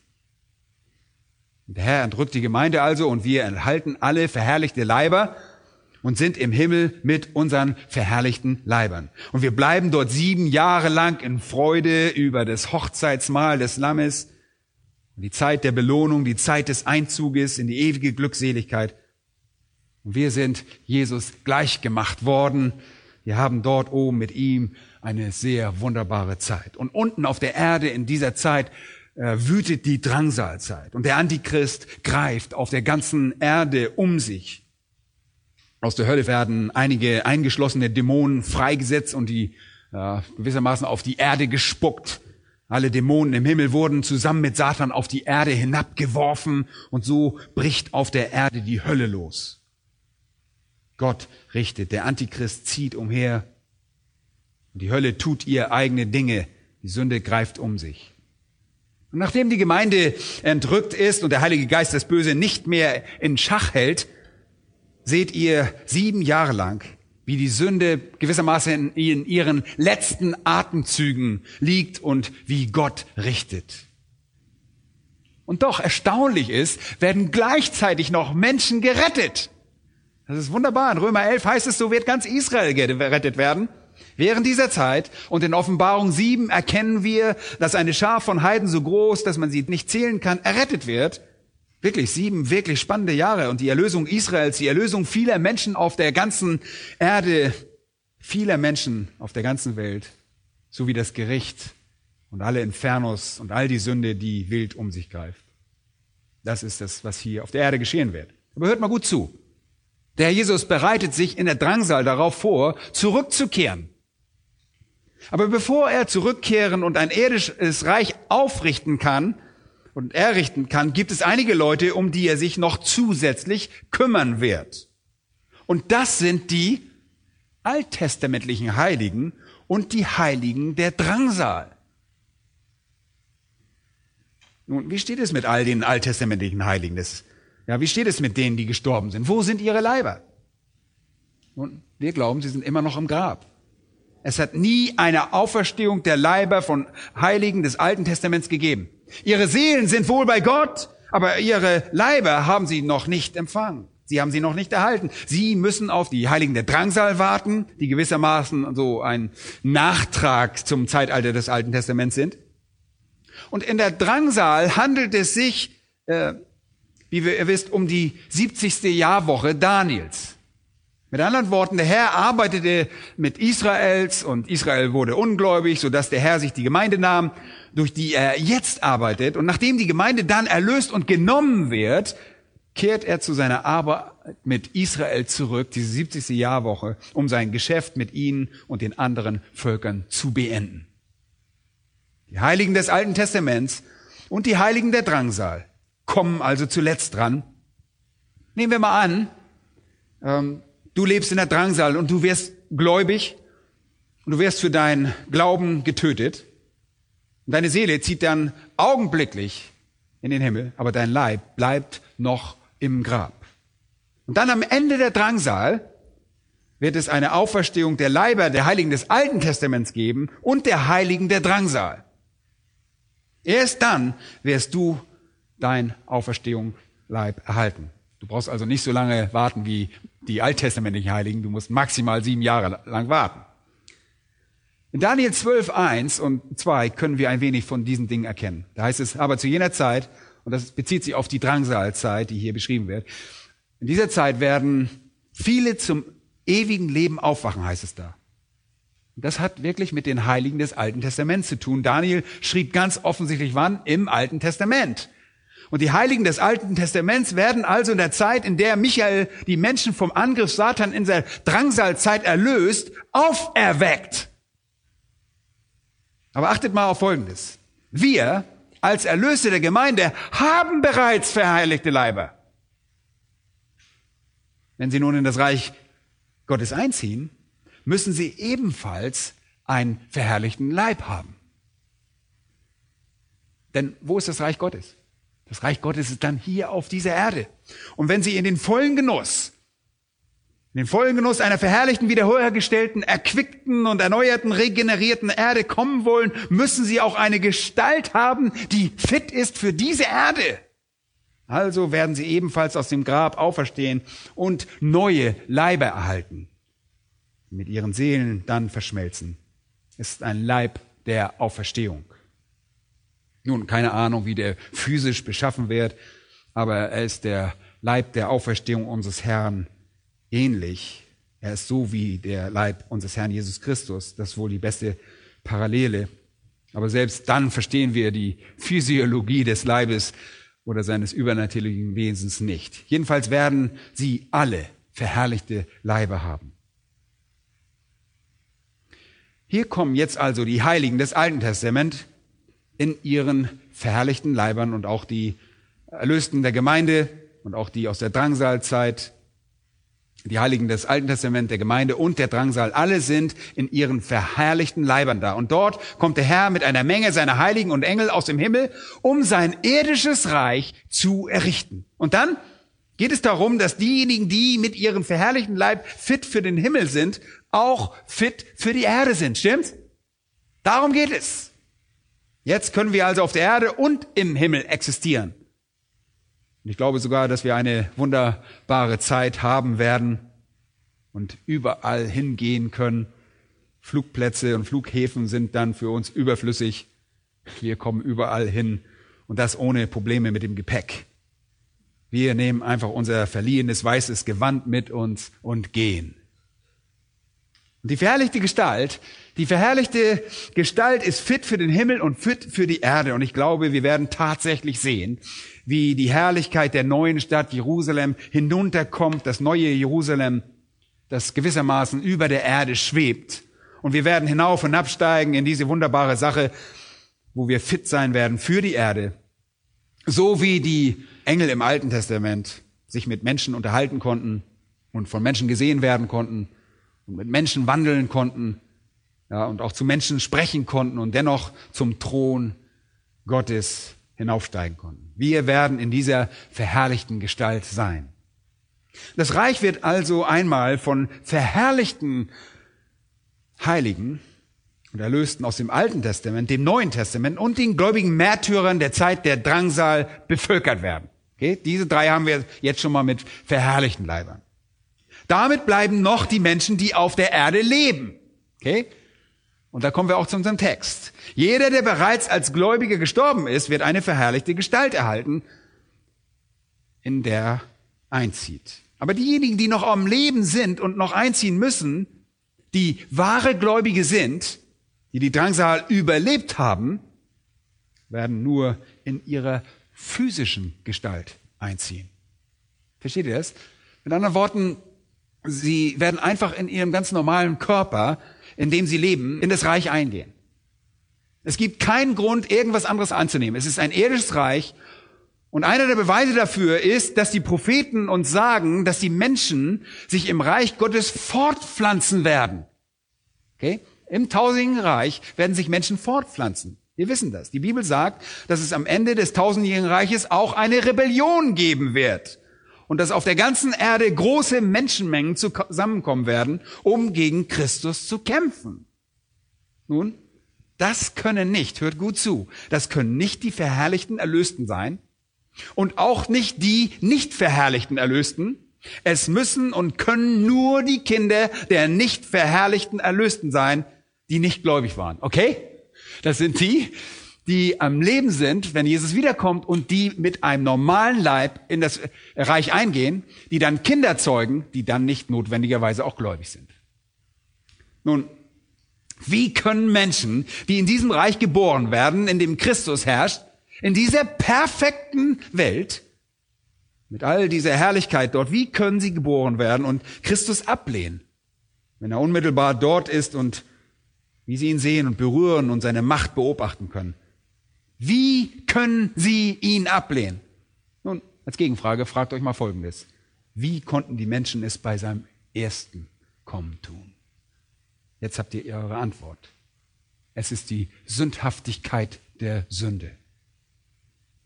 Der Herr entrückt die Gemeinde also und wir erhalten alle verherrlichte Leiber und sind im Himmel mit unseren verherrlichten Leibern. Und wir bleiben dort sieben Jahre lang in Freude über das Hochzeitsmahl des Lammes, die Zeit der Belohnung, die Zeit des Einzuges in die ewige Glückseligkeit. Und wir sind Jesus gleichgemacht worden. Wir haben dort oben mit ihm eine sehr wunderbare Zeit. Und unten auf der Erde in dieser Zeit äh, wütet die Drangsalzeit. Und der Antichrist greift auf der ganzen Erde um sich. Aus der Hölle werden einige eingeschlossene Dämonen freigesetzt und die äh, gewissermaßen auf die Erde gespuckt. Alle Dämonen im Himmel wurden zusammen mit Satan auf die Erde hinabgeworfen und so bricht auf der Erde die Hölle los. Gott richtet, der Antichrist zieht umher und die Hölle tut ihr eigene Dinge. Die Sünde greift um sich. Und nachdem die Gemeinde entrückt ist und der Heilige Geist das Böse nicht mehr in Schach hält, seht ihr sieben Jahre lang, wie die Sünde gewissermaßen in ihren letzten Atemzügen liegt und wie Gott richtet. Und doch erstaunlich ist, werden gleichzeitig noch Menschen gerettet. Das ist wunderbar. In Römer elf heißt es, so wird ganz Israel gerettet werden. Während dieser Zeit und in Offenbarung sieben erkennen wir, dass eine Schar von Heiden so groß, dass man sie nicht zählen kann, errettet wird. Wirklich sieben wirklich spannende Jahre und die Erlösung Israels, die Erlösung vieler Menschen auf der ganzen Erde, vieler Menschen auf der ganzen Welt, sowie das Gericht und alle Infernos und all die Sünde, die wild um sich greift. Das ist das, was hier auf der Erde geschehen wird. Aber hört mal gut zu. Der Herr Jesus bereitet sich in der Drangsal darauf vor, zurückzukehren. Aber bevor er zurückkehren und ein irdisches Reich aufrichten kann und errichten kann, gibt es einige Leute, um die er sich noch zusätzlich kümmern wird. Und das sind die alttestamentlichen Heiligen und die Heiligen der Drangsal. Nun, wie steht es mit all den alttestamentlichen Heiligen? Das, ja, wie steht es mit denen, die gestorben sind? Wo sind ihre Leiber? Und wir glauben, sie sind immer noch im Grab. Es hat nie eine Auferstehung der Leiber von Heiligen des Alten Testaments gegeben. Ihre Seelen sind wohl bei Gott, aber ihre Leiber haben sie noch nicht empfangen. Sie haben sie noch nicht erhalten. Sie müssen auf die Heiligen der Drangsal warten, die gewissermaßen so ein Nachtrag zum Zeitalter des Alten Testaments sind. Und in der Drangsal handelt es sich, äh, wie ihr wisst, um die siebzigste Jahrwoche Daniels. Mit anderen Worten, der Herr arbeitete mit Israels und Israel wurde ungläubig, sodass der Herr sich die Gemeinde nahm, durch die er jetzt arbeitet. Und nachdem die Gemeinde dann erlöst und genommen wird, kehrt er zu seiner Arbeit mit Israel zurück, diese siebzigste Jahrwoche, um sein Geschäft mit ihnen und den anderen Völkern zu beenden. Die Heiligen des Alten Testaments und die Heiligen der Drangsal kommen also zuletzt dran. Nehmen wir mal an, ähm, du lebst in der Drangsal und du wirst gläubig und du wirst für deinen Glauben getötet. Und deine Seele zieht dann augenblicklich in den Himmel, aber dein Leib bleibt noch im Grab. Und dann am Ende der Drangsal wird es eine Auferstehung der Leiber der Heiligen des Alten Testaments geben und der Heiligen der Drangsal. Erst dann wirst du dein Auferstehungsleib erhalten. Du brauchst also nicht so lange warten wie die alttestamentlichen Heiligen. Du musst maximal sieben Jahre lang warten. In Daniel zwölf, eins und zwei können wir ein wenig von diesen Dingen erkennen. Da heißt es, aber zu jener Zeit, und das bezieht sich auf die Drangsalzeit, die hier beschrieben wird, in dieser Zeit werden viele zum ewigen Leben aufwachen, heißt es da. Und das hat wirklich mit den Heiligen des Alten Testaments zu tun. Daniel schrieb ganz offensichtlich wann? Im Alten Testament. Und die Heiligen des Alten Testaments werden also in der Zeit, in der Michael die Menschen vom Angriff Satan in der Drangsalzeit erlöst, auferweckt. Aber achtet mal auf Folgendes. Wir als Erlöste der Gemeinde haben bereits verheiligte Leiber. Wenn sie nun in das Reich Gottes einziehen, müssen sie ebenfalls einen verherrlichten Leib haben. Denn wo ist das Reich Gottes? Das Reich Gottes ist dann hier auf dieser Erde. Und wenn sie in den vollen Genuss, in den vollen Genuss einer verherrlichten, wiederhergestellten, erquickten und erneuerten, regenerierten Erde kommen wollen, müssen sie auch eine Gestalt haben, die fit ist für diese Erde. Also werden sie ebenfalls aus dem Grab auferstehen und neue Leiber erhalten, mit ihren Seelen dann verschmelzen. Es ist ein Leib der Auferstehung. Nun, keine Ahnung, wie der physisch beschaffen wird, aber er ist der Leib der Auferstehung unseres Herrn ähnlich. Er ist so wie der Leib unseres Herrn Jesus Christus. Das ist wohl die beste Parallele. Aber selbst dann verstehen wir die Physiologie des Leibes oder seines übernatürlichen Wesens nicht. Jedenfalls werden sie alle verherrlichte Leiber haben. Hier kommen jetzt also die Heiligen des Alten Testaments in ihren verherrlichten Leibern und auch die Erlösten der Gemeinde und auch die aus der Drangsalzeit, die Heiligen des Alten Testaments, der Gemeinde und der Drangsal, alle sind in ihren verherrlichten Leibern da. Und dort kommt der Herr mit einer Menge seiner Heiligen und Engel aus dem Himmel, um sein irdisches Reich zu errichten. Und dann geht es darum, dass diejenigen, die mit ihrem verherrlichten Leib fit für den Himmel sind, auch fit für die Erde sind. Stimmt's? Darum geht es. Jetzt können wir also auf der Erde und im Himmel existieren. Und ich glaube sogar, dass wir eine wunderbare Zeit haben werden und überall hingehen können. Flugplätze und Flughäfen sind dann für uns überflüssig. Wir kommen überall hin und das ohne Probleme mit dem Gepäck. Wir nehmen einfach unser verliehenes weißes Gewand mit uns und gehen. Und die verherrlichte Gestalt, die verherrlichte Gestalt ist fit für den Himmel und fit für die Erde. Und ich glaube, wir werden tatsächlich sehen, wie die Herrlichkeit der neuen Stadt Jerusalem hinunterkommt, das neue Jerusalem, das gewissermaßen über der Erde schwebt. Und wir werden hinauf und absteigen in diese wunderbare Sache, wo wir fit sein werden für die Erde. So wie die Engel im Alten Testament sich mit Menschen unterhalten konnten und von Menschen gesehen werden konnten und mit Menschen wandeln konnten, ja, und auch zu Menschen sprechen konnten und dennoch zum Thron Gottes hinaufsteigen konnten. Wir werden in dieser verherrlichten Gestalt sein. Das Reich wird also einmal von verherrlichten Heiligen und Erlösten aus dem Alten Testament, dem Neuen Testament und den gläubigen Märtyrern der Zeit der Drangsal bevölkert werden. Okay? Diese drei haben wir jetzt schon mal mit verherrlichten Leibern. Damit bleiben noch die Menschen, die auf der Erde leben. Okay? Und da kommen wir auch zu unserem Text. Jeder, der bereits als Gläubiger gestorben ist, wird eine verherrlichte Gestalt erhalten, in der er einzieht. Aber diejenigen, die noch am Leben sind und noch einziehen müssen, die wahre Gläubige sind, die die Drangsal überlebt haben, werden nur in ihrer physischen Gestalt einziehen. Versteht ihr das? Mit anderen Worten, sie werden einfach in ihrem ganz normalen Körper, in dem sie leben, in das Reich eingehen. Es gibt keinen Grund, irgendwas anderes anzunehmen. Es ist ein irdisches Reich. Und einer der Beweise dafür ist, dass die Propheten uns sagen, dass die Menschen sich im Reich Gottes fortpflanzen werden. Okay? Im tausendjährigen Reich werden sich Menschen fortpflanzen. Wir wissen das. Die Bibel sagt, dass es am Ende des tausendjährigen Reiches auch eine Rebellion geben wird. Und dass auf der ganzen Erde große Menschenmengen zusammenkommen werden, um gegen Christus zu kämpfen. Nun, das können nicht, hört gut zu, das können nicht die verherrlichten Erlösten sein und auch nicht die nicht verherrlichten Erlösten. Es müssen und können nur die Kinder der nicht verherrlichten Erlösten sein, die nicht gläubig waren. Okay? Das sind die, die am Leben sind, wenn Jesus wiederkommt und die mit einem normalen Leib in das Reich eingehen, die dann Kinder zeugen, die dann nicht notwendigerweise auch gläubig sind. Nun, wie können Menschen, die in diesem Reich geboren werden, in dem Christus herrscht, in dieser perfekten Welt, mit all dieser Herrlichkeit dort, wie können sie geboren werden und Christus ablehnen, wenn er unmittelbar dort ist und wie sie ihn sehen und berühren und seine Macht beobachten können? Wie können sie ihn ablehnen? Nun, als Gegenfrage, fragt euch mal Folgendes. Wie konnten die Menschen es bei seinem ersten Kommen tun? Jetzt habt ihr eure Antwort. Es ist die Sündhaftigkeit der Sünde.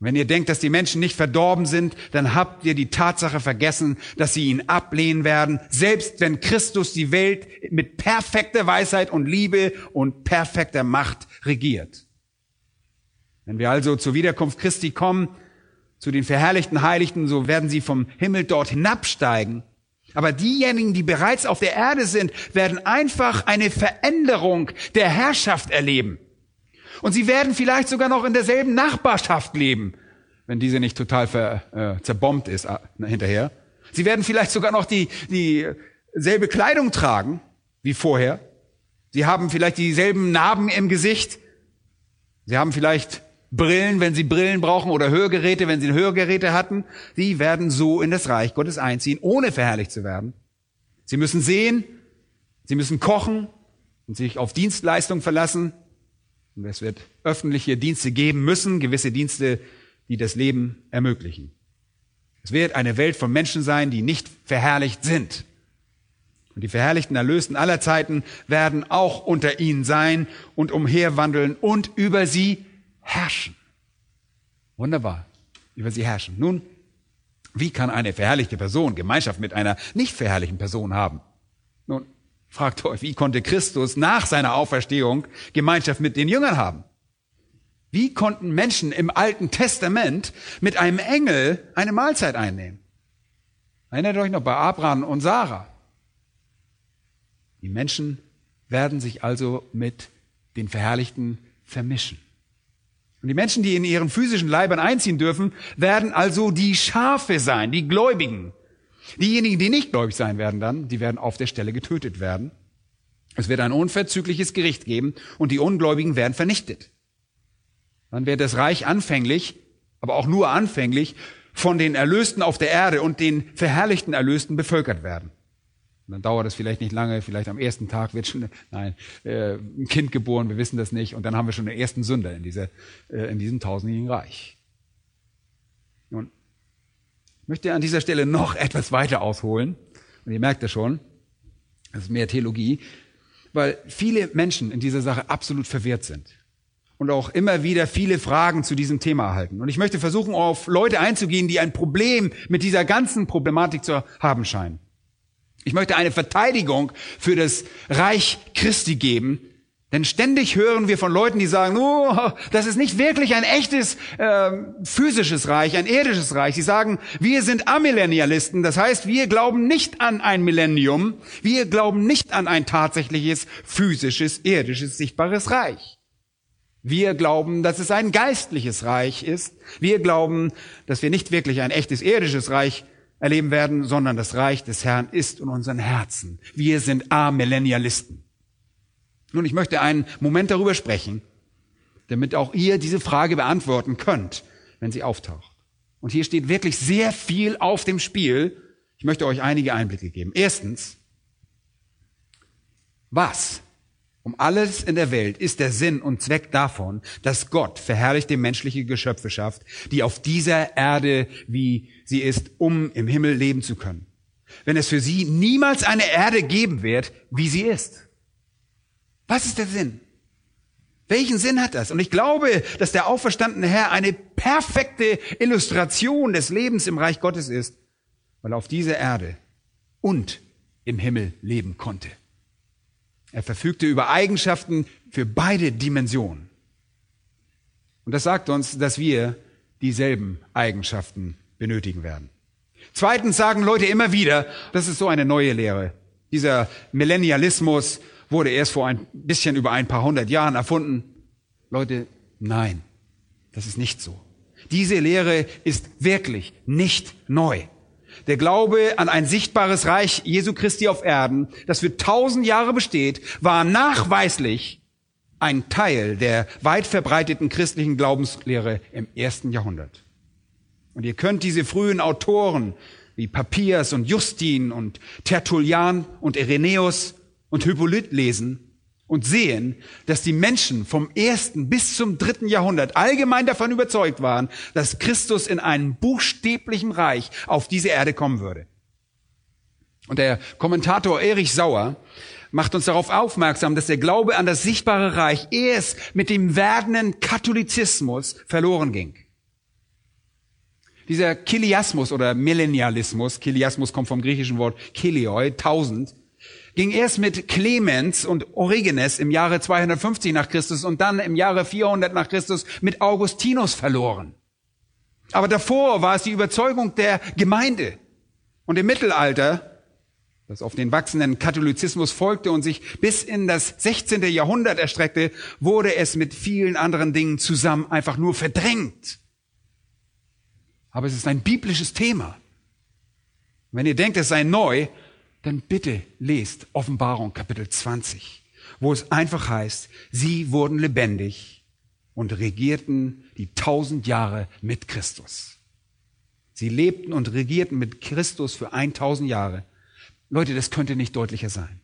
Wenn ihr denkt, dass die Menschen nicht verdorben sind, dann habt ihr die Tatsache vergessen, dass sie ihn ablehnen werden, selbst wenn Christus die Welt mit perfekter Weisheit und Liebe und perfekter Macht regiert. Wenn wir also zur Wiederkunft Christi kommen, zu den verherrlichten Heiligen, so werden sie vom Himmel dort hinabsteigen. Aber diejenigen, die bereits auf der Erde sind, werden einfach eine Veränderung der Herrschaft erleben. Und sie werden vielleicht sogar noch in derselben Nachbarschaft leben, wenn diese nicht total ver, äh, zerbombt ist äh, hinterher. Sie werden vielleicht sogar noch die dieselbe Kleidung tragen wie vorher. Sie haben vielleicht dieselben Narben im Gesicht. Sie haben vielleicht Brillen, wenn sie Brillen brauchen, oder Hörgeräte, wenn sie Hörgeräte hatten. Sie werden so in das Reich Gottes einziehen, ohne verherrlicht zu werden. Sie müssen sehen, sie müssen kochen und sich auf Dienstleistung verlassen. Und es wird öffentliche Dienste geben müssen, gewisse Dienste, die das Leben ermöglichen. Es wird eine Welt von Menschen sein, die nicht verherrlicht sind. Und die verherrlichten Erlösten aller Zeiten werden auch unter ihnen sein und umherwandeln und über sie herrschen. Wunderbar, über sie herrschen. Nun, wie kann eine verherrlichte Person Gemeinschaft mit einer nicht verherrlichten Person haben? Nun, fragt euch, wie konnte Christus nach seiner Auferstehung Gemeinschaft mit den Jüngern haben? Wie konnten Menschen im Alten Testament mit einem Engel eine Mahlzeit einnehmen? Erinnert euch noch bei Abraham und Sarah. Die Menschen werden sich also mit den Verherrlichten vermischen. Und die Menschen, die in ihren physischen Leibern einziehen dürfen, werden also die Schafe sein, die Gläubigen. Diejenigen, die nicht gläubig sein werden dann, die werden auf der Stelle getötet werden. Es wird ein unverzügliches Gericht geben und die Ungläubigen werden vernichtet. Dann wird das Reich anfänglich, aber auch nur anfänglich, von den Erlösten auf der Erde und den verherrlichten Erlösten bevölkert werden. Und dann dauert es vielleicht nicht lange, vielleicht am ersten Tag wird schon nein, äh, ein Kind geboren, wir wissen das nicht, und dann haben wir schon den ersten Sünder in, dieser, äh, in diesem tausendjährigen Reich. Nun, ich möchte an dieser Stelle noch etwas weiter ausholen, und ihr merkt das schon, das ist mehr Theologie, weil viele Menschen in dieser Sache absolut verwirrt sind und auch immer wieder viele Fragen zu diesem Thema erhalten. Und ich möchte versuchen, auf Leute einzugehen, die ein Problem mit dieser ganzen Problematik zu haben scheinen. Ich möchte eine Verteidigung für das Reich Christi geben, denn ständig hören wir von Leuten, die sagen, oh, das ist nicht wirklich ein echtes äh, physisches Reich, ein irdisches Reich. Sie sagen, wir sind Amillennialisten, das heißt, wir glauben nicht an ein Millennium, wir glauben nicht an ein tatsächliches, physisches, irdisches, sichtbares Reich. Wir glauben, dass es ein geistliches Reich ist. Wir glauben, dass wir nicht wirklich ein echtes irdisches Reich erleben werden, sondern das Reich des Herrn ist in unseren Herzen. Wir sind Amillennialisten. Nun, ich möchte einen Moment darüber sprechen, damit auch ihr diese Frage beantworten könnt, wenn sie auftaucht. Und hier steht wirklich sehr viel auf dem Spiel. Ich möchte euch einige Einblicke geben. Erstens, was um alles in der Welt ist der Sinn und Zweck davon, dass Gott verherrlichte menschliche Geschöpfe schafft, die auf dieser Erde, wie sie ist, um im Himmel leben zu können? Wenn es für sie niemals eine Erde geben wird, wie sie ist. Was ist der Sinn? Welchen Sinn hat das? Und ich glaube, dass der auferstandene Herr eine perfekte Illustration des Lebens im Reich Gottes ist, weil er auf dieser Erde und im Himmel leben konnte. Er verfügte über Eigenschaften für beide Dimensionen. Und das sagt uns, dass wir dieselben Eigenschaften benötigen werden. Zweitens sagen Leute immer wieder, das ist so eine neue Lehre. Dieser Millennialismus wurde erst vor ein bisschen über ein paar hundert Jahren erfunden. Leute, nein, das ist nicht so. Diese Lehre ist wirklich nicht neu. Der Glaube an ein sichtbares Reich Jesu Christi auf Erden, das für tausend Jahre besteht, war nachweislich ein Teil der weit verbreiteten christlichen Glaubenslehre im ersten Jahrhundert. Und ihr könnt diese frühen Autoren wie Papias und Justin und Tertullian und Irenäus und Hippolyt lesen und sehen, dass die Menschen vom ersten bis zum dritten Jahrhundert allgemein davon überzeugt waren, dass Christus in einem buchstäblichen Reich auf diese Erde kommen würde. Und der Kommentator Erich Sauer macht uns darauf aufmerksam, dass der Glaube an das sichtbare Reich erst mit dem werdenden Katholizismus verloren ging. Dieser Chiliasmus oder Millennialismus, Chiliasmus kommt vom griechischen Wort Chilioi, tausend, ging erst mit Clemens und Origenes im Jahre zweihundertfünfzig nach Christus und dann im Jahre vierhundert nach Christus mit Augustinus verloren. Aber davor war es die Überzeugung der Gemeinde. Und im Mittelalter, das auf den wachsenden Katholizismus folgte und sich bis in das sechzehnte Jahrhundert erstreckte, wurde es mit vielen anderen Dingen zusammen einfach nur verdrängt. Aber es ist ein biblisches Thema. Wenn ihr denkt, es sei neu, dann bitte lest Offenbarung Kapitel zwanzig, wo es einfach heißt, sie wurden lebendig und regierten die tausend Jahre mit Christus. Sie lebten und regierten mit Christus für tausend Jahre. Leute, das könnte nicht deutlicher sein.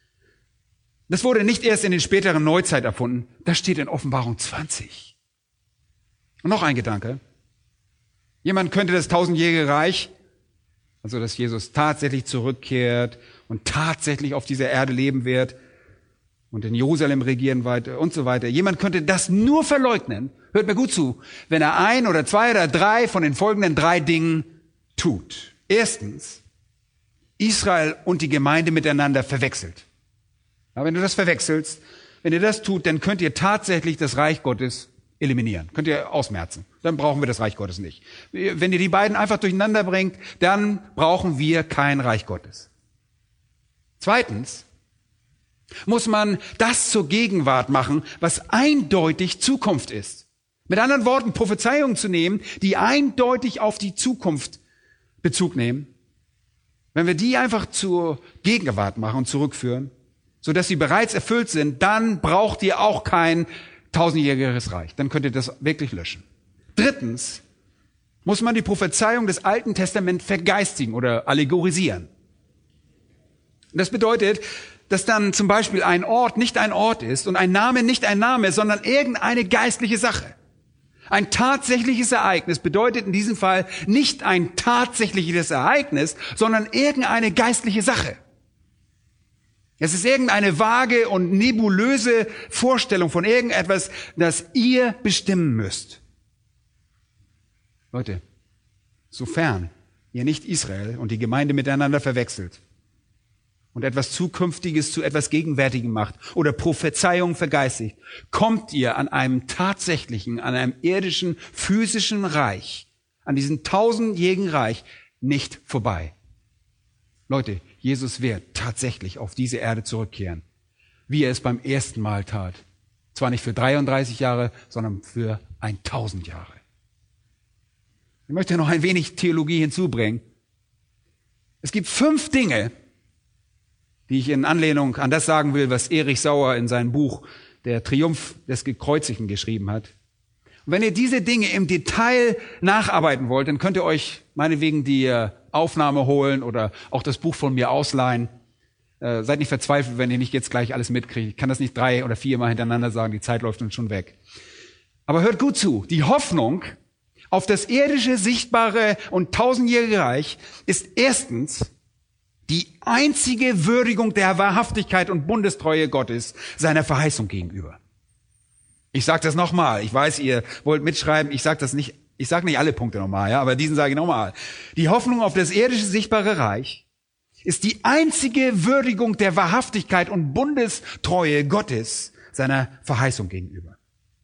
Das wurde nicht erst in den späteren Neuzeit erfunden. Das steht in Offenbarung zwanzig. Und noch ein Gedanke. Jemand könnte das tausendjährige Reich, also dass Jesus tatsächlich zurückkehrt und tatsächlich auf dieser Erde leben wird und in Jerusalem regieren weiter und so weiter. Jemand könnte das nur verleugnen, hört mir gut zu, wenn er ein oder zwei oder drei von den folgenden drei Dingen tut. Erstens, Israel und die Gemeinde miteinander verwechselt. Ja, wenn du das verwechselst, wenn ihr das tut, dann könnt ihr tatsächlich das Reich Gottes eliminieren. Könnt ihr ausmerzen. Dann brauchen wir das Reich Gottes nicht. Wenn ihr die beiden einfach durcheinander bringt, dann brauchen wir kein Reich Gottes. Zweitens muss man das zur Gegenwart machen, was eindeutig Zukunft ist. Mit anderen Worten, Prophezeiungen zu nehmen, die eindeutig auf die Zukunft Bezug nehmen. Wenn wir die einfach zur Gegenwart machen und zurückführen, sodass sie bereits erfüllt sind, dann braucht ihr auch kein tausendjähriges Reich. Dann könnt ihr das wirklich löschen. Drittens muss man die Prophezeiung des Alten Testaments vergeistigen oder allegorisieren. Das bedeutet, dass dann zum Beispiel ein Ort nicht ein Ort ist und ein Name nicht ein Name, sondern irgendeine geistliche Sache. Ein tatsächliches Ereignis bedeutet in diesem Fall nicht ein tatsächliches Ereignis, sondern irgendeine geistliche Sache. Es ist irgendeine vage und nebulöse Vorstellung von irgendetwas, das ihr bestimmen müsst. Leute, sofern ihr nicht Israel und die Gemeinde miteinander verwechselt und etwas Zukünftiges zu etwas Gegenwärtigem macht oder Prophezeiung vergeistigt, kommt ihr an einem tatsächlichen, an einem irdischen, physischen Reich, an diesem tausendjährigen Reich nicht vorbei. Leute, Jesus wird tatsächlich auf diese Erde zurückkehren, wie er es beim ersten Mal tat. Zwar nicht für dreiunddreißig Jahre, sondern für tausend Jahre. Ich möchte noch ein wenig Theologie hinzubringen. Es gibt fünf Dinge, die ich in Anlehnung an das sagen will, was Erich Sauer in seinem Buch Der Triumph des Gekreuzigten geschrieben hat. Und wenn ihr diese Dinge im Detail nacharbeiten wollt, dann könnt ihr euch meinetwegen die Aufnahme holen oder auch das Buch von mir ausleihen. Äh, seid nicht verzweifelt, wenn ihr nicht jetzt gleich alles mitkriegt. Ich kann das nicht drei oder vier Mal hintereinander sagen, die Zeit läuft uns schon weg. Aber hört gut zu, die Hoffnung auf das irdische, sichtbare und tausendjährige Reich ist erstens die einzige Würdigung der Wahrhaftigkeit und Bundestreue Gottes seiner Verheißung gegenüber. Ich sage das nochmal. Ich weiß, ihr wollt mitschreiben. Ich sage das nicht. Ich sage nicht alle Punkte nochmal, ja, aber diesen sage ich nochmal. Die Hoffnung auf das irdische, sichtbare Reich ist die einzige Würdigung der Wahrhaftigkeit und Bundestreue Gottes seiner Verheißung gegenüber.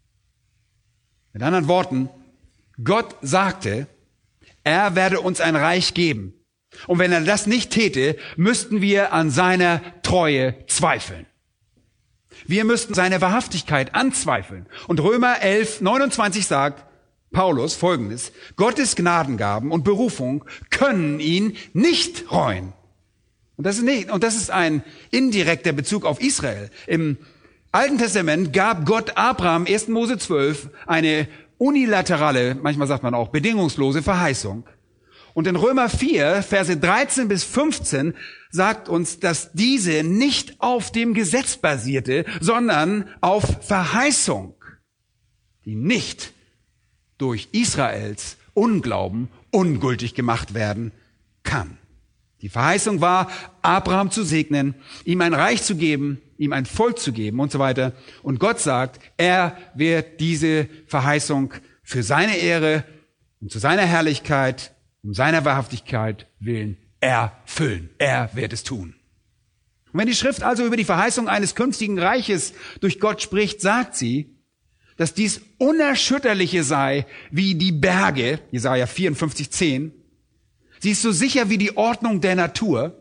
Mit anderen Worten, Gott sagte, er werde uns ein Reich geben. Und wenn er das nicht täte, müssten wir an seiner Treue zweifeln. Wir müssten seine Wahrhaftigkeit anzweifeln. Und Römer elf, neunundzwanzig sagt Paulus Folgendes: Gottes Gnadengaben und Berufung können ihn nicht reuen. Und das ist nicht, und das ist ein indirekter Bezug auf Israel. Im Alten Testament gab Gott Abraham, erster Mose zwölf, eine unilaterale, manchmal sagt man auch bedingungslose Verheißung. Und in Römer vier, Verse dreizehn bis fünfzehn sagt uns, dass diese nicht auf dem Gesetz basierte, sondern auf Verheißung, die nicht durch Israels Unglauben ungültig gemacht werden kann. Die Verheißung war, Abraham zu segnen, ihm ein Reich zu geben, ihm ein Volk zu geben und so weiter. Und Gott sagt, er wird diese Verheißung für seine Ehre und zu seiner Herrlichkeit, um seiner Wahrhaftigkeit willen erfüllen. Er wird es tun. Und wenn die Schrift also über die Verheißung eines künftigen Reiches durch Gott spricht, sagt sie, dass dies Unerschütterliche sei wie die Berge, Jesaja vierundfünfzig, zehn. Sie ist so sicher wie die Ordnung der Natur,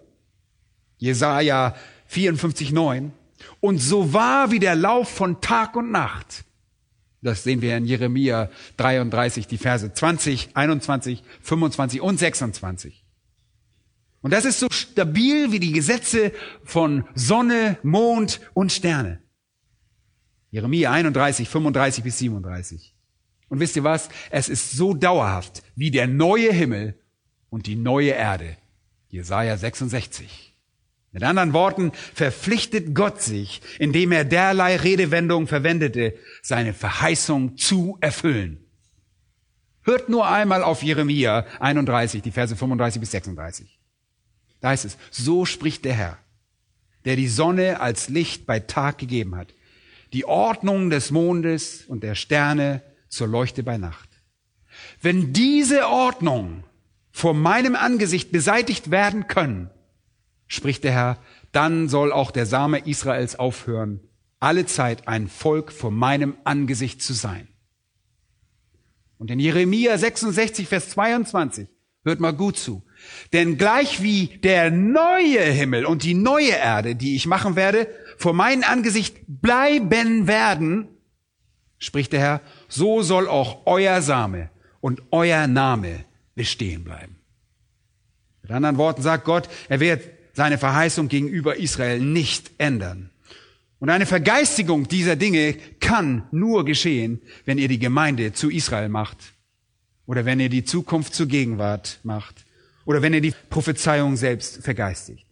Jesaja vierundfünfzig, neun. Und so wahr wie der Lauf von Tag und Nacht. Das sehen wir in Jeremia dreiunddreißig, die Verse zwanzig, einundzwanzig, fünfundzwanzig und sechsundzwanzig. Und das ist so stabil wie die Gesetze von Sonne, Mond und Sterne. Jeremia einunddreißig, fünfunddreißig bis siebenunddreißig. Und wisst ihr was? Es ist so dauerhaft wie der neue Himmel und die neue Erde. Jesaja sechsundsechzig. Mit anderen Worten verpflichtet Gott sich, indem er derlei Redewendungen verwendete, seine Verheißung zu erfüllen. Hört nur einmal auf Jeremia einunddreißig, die Verse fünfunddreißig bis sechsunddreißig. Da heißt es, so spricht der Herr, der die Sonne als Licht bei Tag gegeben hat, die Ordnung des Mondes und der Sterne zur Leuchte bei Nacht. Wenn diese Ordnung vor meinem Angesicht beseitigt werden können, spricht der Herr, dann soll auch der Same Israels aufhören, alle Zeit ein Volk vor meinem Angesicht zu sein. Und in Jeremia sechsundsechzig, Vers zweiundzwanzig, hört mal gut zu, denn gleich wie der neue Himmel und die neue Erde, die ich machen werde, vor meinem Angesicht bleiben werden, spricht der Herr, so soll auch euer Same und euer Name bestehen bleiben. Mit anderen Worten sagt Gott, er wird seine Verheißung gegenüber Israel nicht ändern. Und eine Vergeistigung dieser Dinge kann nur geschehen, wenn ihr die Gemeinde zu Israel macht oder wenn ihr die Zukunft zur Gegenwart macht oder wenn ihr die Prophezeiung selbst vergeistigt.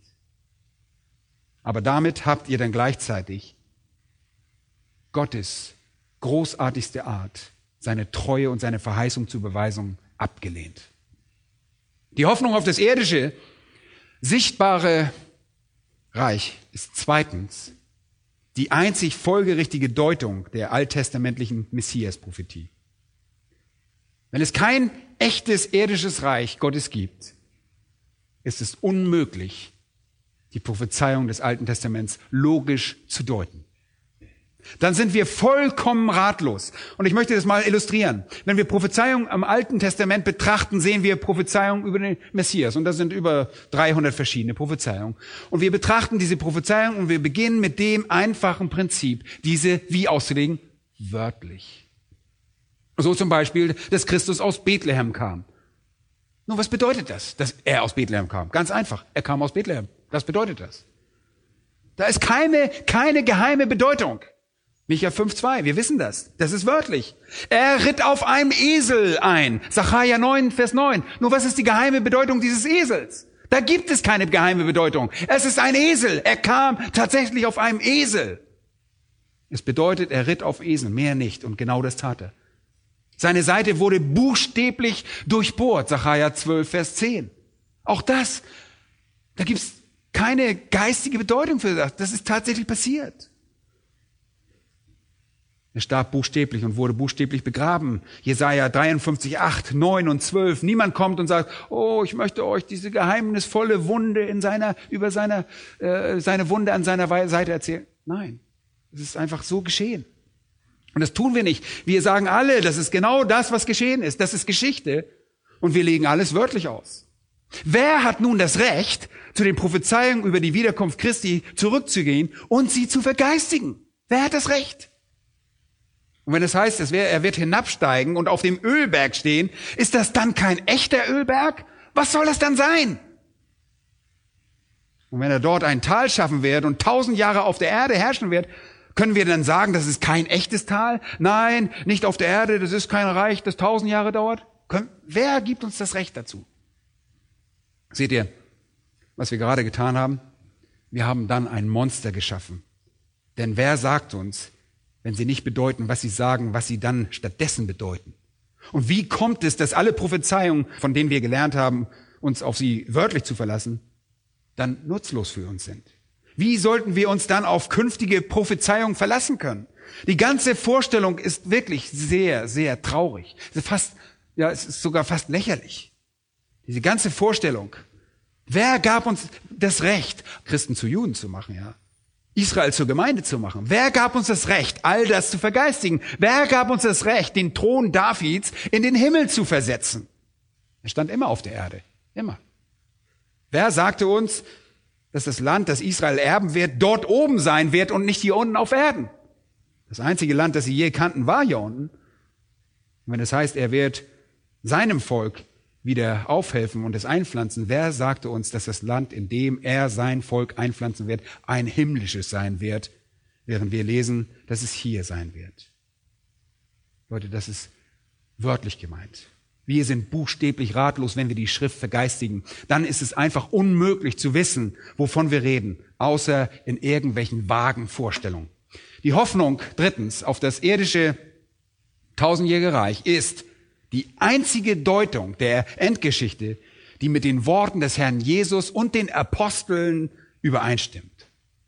Aber damit habt ihr dann gleichzeitig Gottes großartigste Art, seine Treue und seine Verheißung zur Beweisung abgelehnt. Die Hoffnung auf das irdische, sichtbare Reich ist zweitens die einzig folgerichtige Deutung der alttestamentlichen Messias-Prophetie. Wenn es kein echtes irdisches Reich Gottes gibt, ist es unmöglich, die Prophezeiung des Alten Testaments logisch zu deuten. Dann sind wir vollkommen ratlos. Und ich möchte das mal illustrieren. Wenn wir Prophezeiungen am Alten Testament betrachten, sehen wir Prophezeiungen über den Messias. Und das sind über dreihundert verschiedene Prophezeiungen. Und wir betrachten diese Prophezeiungen und wir beginnen mit dem einfachen Prinzip, diese wie auszulegen? Wörtlich. So zum Beispiel, dass Christus aus Bethlehem kam. Nun, was bedeutet das, dass er aus Bethlehem kam? Ganz einfach. Er kam aus Bethlehem. Das bedeutet das. Da ist keine, keine geheime Bedeutung. Micha fünf, zwei, wir wissen das. Das ist wörtlich. Er ritt auf einem Esel ein. Sacharja neun, Vers neun. Nur was ist die geheime Bedeutung dieses Esels? Da gibt es keine geheime Bedeutung. Es ist ein Esel. Er kam tatsächlich auf einem Esel. Es bedeutet, er ritt auf Eseln, mehr nicht. Und genau das tat er. Seine Seite wurde buchstäblich durchbohrt. Sacharja zwölf, Vers zehn. Auch das, da gibt es keine geistige Bedeutung für das. Das ist tatsächlich passiert. Er starb buchstäblich und wurde buchstäblich begraben. Jesaja dreiundfünfzig, acht, neun und zwölf. Niemand kommt und sagt, oh, ich möchte euch diese geheimnisvolle Wunde in seiner, über seiner, äh, seine Wunde an seiner Seite erzählen. Nein, es ist einfach so geschehen. Und das tun wir nicht. Wir sagen alle, das ist genau das, was geschehen ist. Das ist Geschichte. Und wir legen alles wörtlich aus. Wer hat nun das Recht, zu den Prophezeiungen über die Wiederkunft Christi zurückzugehen und sie zu vergeistigen? Wer hat das Recht? Und wenn es heißt, es wär, er wird hinabsteigen und auf dem Ölberg stehen, ist das dann kein echter Ölberg? Was soll das dann sein? Und wenn er dort ein Tal schaffen wird und tausend Jahre auf der Erde herrschen wird, können wir dann sagen, das ist kein echtes Tal? Nein, nicht auf der Erde, das ist kein Reich, das tausend Jahre dauert. Können, wer gibt uns das Recht dazu? Seht ihr, was wir gerade getan haben? Wir haben dann ein Monster geschaffen. Denn wer sagt uns, wenn sie nicht bedeuten, was sie sagen, was sie dann stattdessen bedeuten? Und wie kommt es, dass alle Prophezeiungen, von denen wir gelernt haben, uns auf sie wörtlich zu verlassen, dann nutzlos für uns sind? Wie sollten wir uns dann auf künftige Prophezeiungen verlassen können? Die ganze Vorstellung ist wirklich sehr, sehr traurig. Fast ja, es ist sogar fast lächerlich. Diese ganze Vorstellung. Wer gab uns das Recht, Christen zu Juden zu machen, ja? Israel zur Gemeinde zu machen? Wer gab uns das Recht, all das zu vergeistigen? Wer gab uns das Recht, den Thron Davids in den Himmel zu versetzen? Er stand immer auf der Erde. Immer. Wer sagte uns, dass das Land, das Israel erben wird, dort oben sein wird und nicht hier unten auf Erden? Das einzige Land, das sie je kannten, war hier unten. Und wenn es heißt, er wird seinem Volk wieder aufhelfen und es einpflanzen, wer sagte uns, dass das Land, in dem er sein Volk einpflanzen wird, ein himmlisches sein wird, während wir lesen, dass es hier sein wird? Leute, das ist wörtlich gemeint. Wir sind buchstäblich ratlos, wenn wir die Schrift vergeistigen. Dann ist es einfach unmöglich zu wissen, wovon wir reden, außer in irgendwelchen vagen Vorstellungen. Die Hoffnung, drittens, auf das irdische tausendjährige Reich ist die einzige Deutung der Endgeschichte, die mit den Worten des Herrn Jesus und den Aposteln übereinstimmt.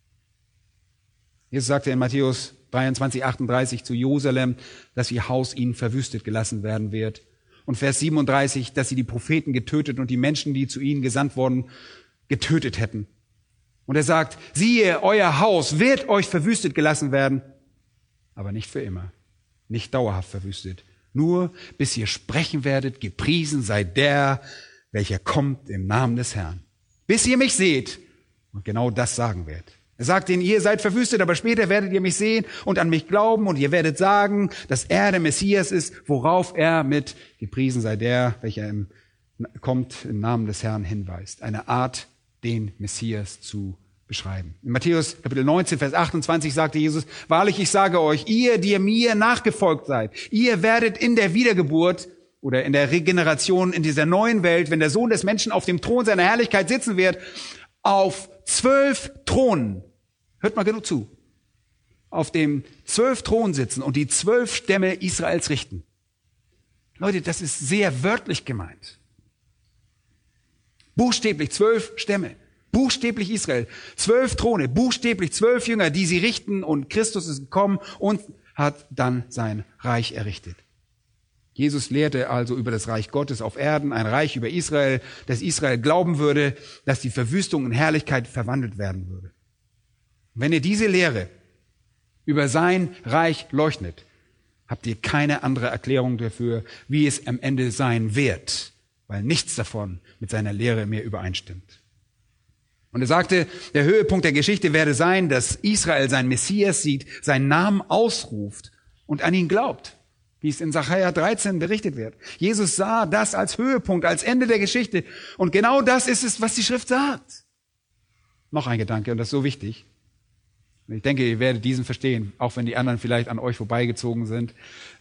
Jesus sagte in Matthäus dreiundzwanzig, achtunddreißig zu Jerusalem, dass ihr Haus ihnen verwüstet gelassen werden wird. Und Vers siebenunddreißig, dass sie die Propheten getötet und die Menschen, die zu ihnen gesandt wurden, getötet hätten. Und er sagt, siehe, euer Haus wird euch verwüstet gelassen werden, aber nicht für immer, nicht dauerhaft verwüstet. Nur bis ihr sprechen werdet, gepriesen sei der, welcher kommt im Namen des Herrn. Bis ihr mich seht und genau das sagen wird. Er sagt ihnen, ihr seid verwüstet, aber später werdet ihr mich sehen und an mich glauben und ihr werdet sagen, dass er der Messias ist, worauf er mit gepriesen sei der, welcher im, kommt im Namen des Herrn hinweist. Eine Art, den Messias zu beschreiben. In Matthäus Kapitel neunzehn, Vers achtundzwanzig sagte Jesus, wahrlich, ich sage euch, ihr, die ihr mir nachgefolgt seid, ihr werdet in der Wiedergeburt oder in der Regeneration in dieser neuen Welt, wenn der Sohn des Menschen auf dem Thron seiner Herrlichkeit sitzen wird, auf zwölf Thronen, hört mal genug zu, auf dem zwölf Thronen sitzen und die zwölf Stämme Israels richten. Leute, das ist sehr wörtlich gemeint. Buchstäblich zwölf Stämme. Buchstäblich Israel, zwölf Throne, buchstäblich zwölf Jünger, die sie richten und Christus ist gekommen und hat dann sein Reich errichtet. Jesus lehrte also über das Reich Gottes auf Erden, ein Reich über Israel, dass Israel glauben würde, dass die Verwüstung in Herrlichkeit verwandelt werden würde. Wenn ihr diese Lehre über sein Reich leugnet, habt ihr keine andere Erklärung dafür, wie es am Ende sein wird, weil nichts davon mit seiner Lehre mehr übereinstimmt. Und er sagte, der Höhepunkt der Geschichte werde sein, dass Israel seinen Messias sieht, seinen Namen ausruft und an ihn glaubt, wie es in Sacharja dreizehn berichtet wird. Jesus sah das als Höhepunkt, als Ende der Geschichte. Und genau das ist es, was die Schrift sagt. Noch ein Gedanke, und das ist so wichtig. Und ich denke, ihr werdet diesen verstehen, auch wenn die anderen vielleicht an euch vorbeigezogen sind.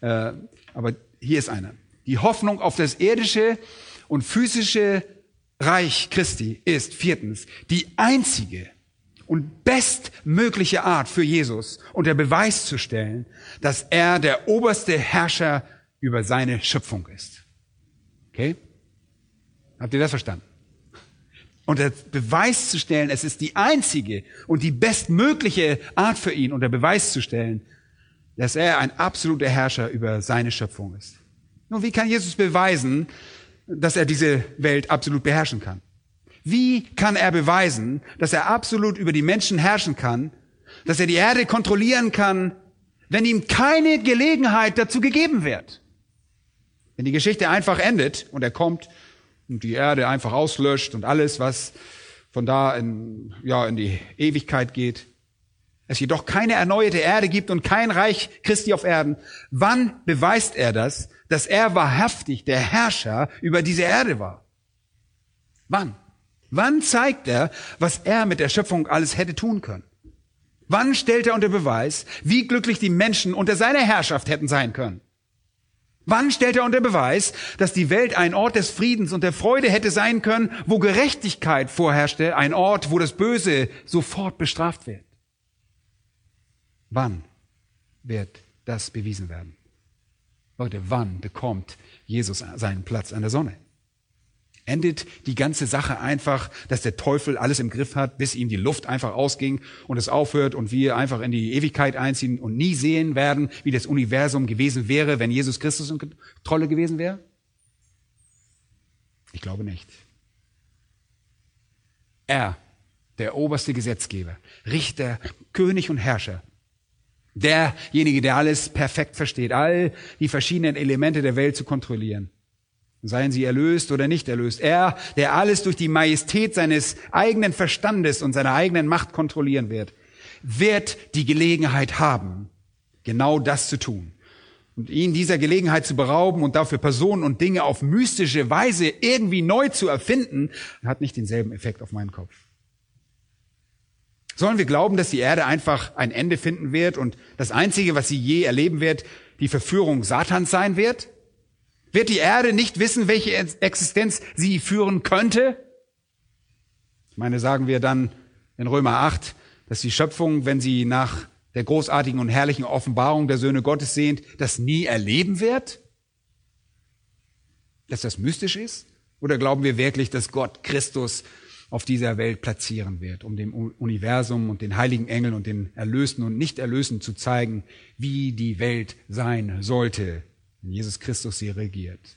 Aber hier ist einer. Die Hoffnung auf das irdische und physische Reich Christi ist viertens die einzige und bestmögliche Art für Jesus unter Beweis zu stellen, dass er der oberste Herrscher über seine Schöpfung ist. Okay? Habt ihr das verstanden? Unter Beweis zu stellen, es ist die einzige und die bestmögliche Art für ihn, unter Beweis zu stellen, dass er ein absoluter Herrscher über seine Schöpfung ist. Nun, wie kann Jesus beweisen, dass er diese Welt absolut beherrschen kann? Wie kann er beweisen, dass er absolut über die Menschen herrschen kann, dass er die Erde kontrollieren kann, wenn ihm keine Gelegenheit dazu gegeben wird? Wenn die Geschichte einfach endet und er kommt und die Erde einfach auslöscht und alles, was von da in, ja, in die Ewigkeit geht, es jedoch keine erneuerte Erde gibt und kein Reich Christi auf Erden, wann beweist er das, dass er wahrhaftig der Herrscher über diese Erde war? Wann? Wann zeigt er, was er mit der Schöpfung alles hätte tun können? Wann stellt er unter Beweis, wie glücklich die Menschen unter seiner Herrschaft hätten sein können? Wann stellt er unter Beweis, dass die Welt ein Ort des Friedens und der Freude hätte sein können, wo Gerechtigkeit vorherrschte, ein Ort, wo das Böse sofort bestraft wird? Wann wird das bewiesen werden? Leute, wann bekommt Jesus seinen Platz an der Sonne? Endet die ganze Sache einfach, dass der Teufel alles im Griff hat, bis ihm die Luft einfach ausging und es aufhört und wir einfach in die Ewigkeit einziehen und nie sehen werden, wie das Universum gewesen wäre, wenn Jesus Christus in Kontrolle gewesen wäre? Ich glaube nicht. Er, der oberste Gesetzgeber, Richter, König und Herrscher, derjenige, der alles perfekt versteht, all die verschiedenen Elemente der Welt zu kontrollieren, seien sie erlöst oder nicht erlöst. Er, der alles durch die Majestät seines eigenen Verstandes und seiner eigenen Macht kontrollieren wird, wird die Gelegenheit haben, genau das zu tun. Und ihn dieser Gelegenheit zu berauben und dafür Personen und Dinge auf mystische Weise irgendwie neu zu erfinden, hat nicht denselben Effekt auf meinen Kopf. Sollen wir glauben, dass die Erde einfach ein Ende finden wird und das Einzige, was sie je erleben wird, die Verführung Satans sein wird? Wird die Erde nicht wissen, welche Existenz sie führen könnte? Ich meine, sagen wir dann in Römer acht, dass die Schöpfung, wenn sie nach der großartigen und herrlichen Offenbarung der Söhne Gottes sehnt, das nie erleben wird? Dass das mystisch ist? Oder glauben wir wirklich, dass Gott Christus auf dieser Welt platzieren wird, um dem Universum und den heiligen Engeln und den Erlösten und Nicht-Erlösten zu zeigen, wie die Welt sein sollte, wenn Jesus Christus sie regiert?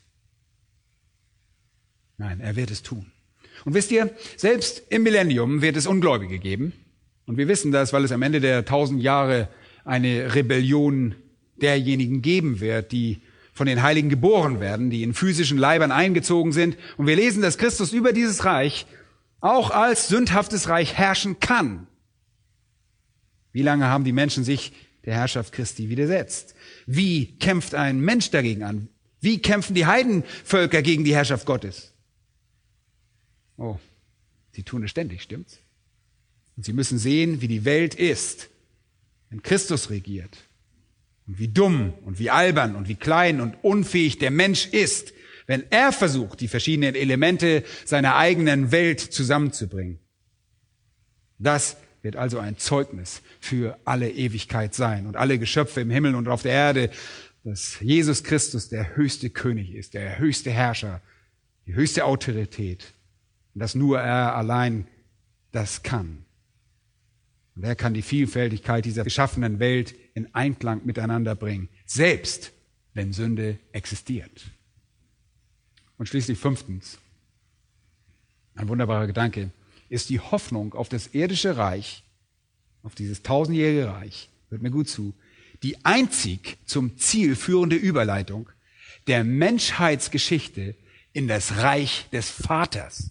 Nein, er wird es tun. Und wisst ihr, selbst im Millennium wird es Ungläubige geben. Und wir wissen das, weil es am Ende der tausend Jahre eine Rebellion derjenigen geben wird, die von den Heiligen geboren werden, die in physischen Leibern eingezogen sind. Und wir lesen, dass Christus über dieses Reich auch als sündhaftes Reich herrschen kann. Wie lange haben die Menschen sich der Herrschaft Christi widersetzt? Wie kämpft ein Mensch dagegen an? Wie kämpfen die Heidenvölker gegen die Herrschaft Gottes? Oh, sie tun es ständig, stimmt's? Und sie müssen sehen, wie die Welt ist, wenn Christus regiert. Und wie dumm und wie albern und wie klein und unfähig der Mensch ist, wenn er versucht, die verschiedenen Elemente seiner eigenen Welt zusammenzubringen. Das wird also ein Zeugnis für alle Ewigkeit sein und alle Geschöpfe im Himmel und auf der Erde, dass Jesus Christus der höchste König ist, der höchste Herrscher, die höchste Autorität und dass nur er allein das kann. Und er kann die Vielfältigkeit dieser geschaffenen Welt in Einklang miteinander bringen, selbst wenn Sünde existiert. Und schließlich fünftens, ein wunderbarer Gedanke, ist die Hoffnung auf das irdische Reich, auf dieses tausendjährige Reich, hört mir gut zu, die einzig zum Ziel führende Überleitung der Menschheitsgeschichte in das Reich des Vaters.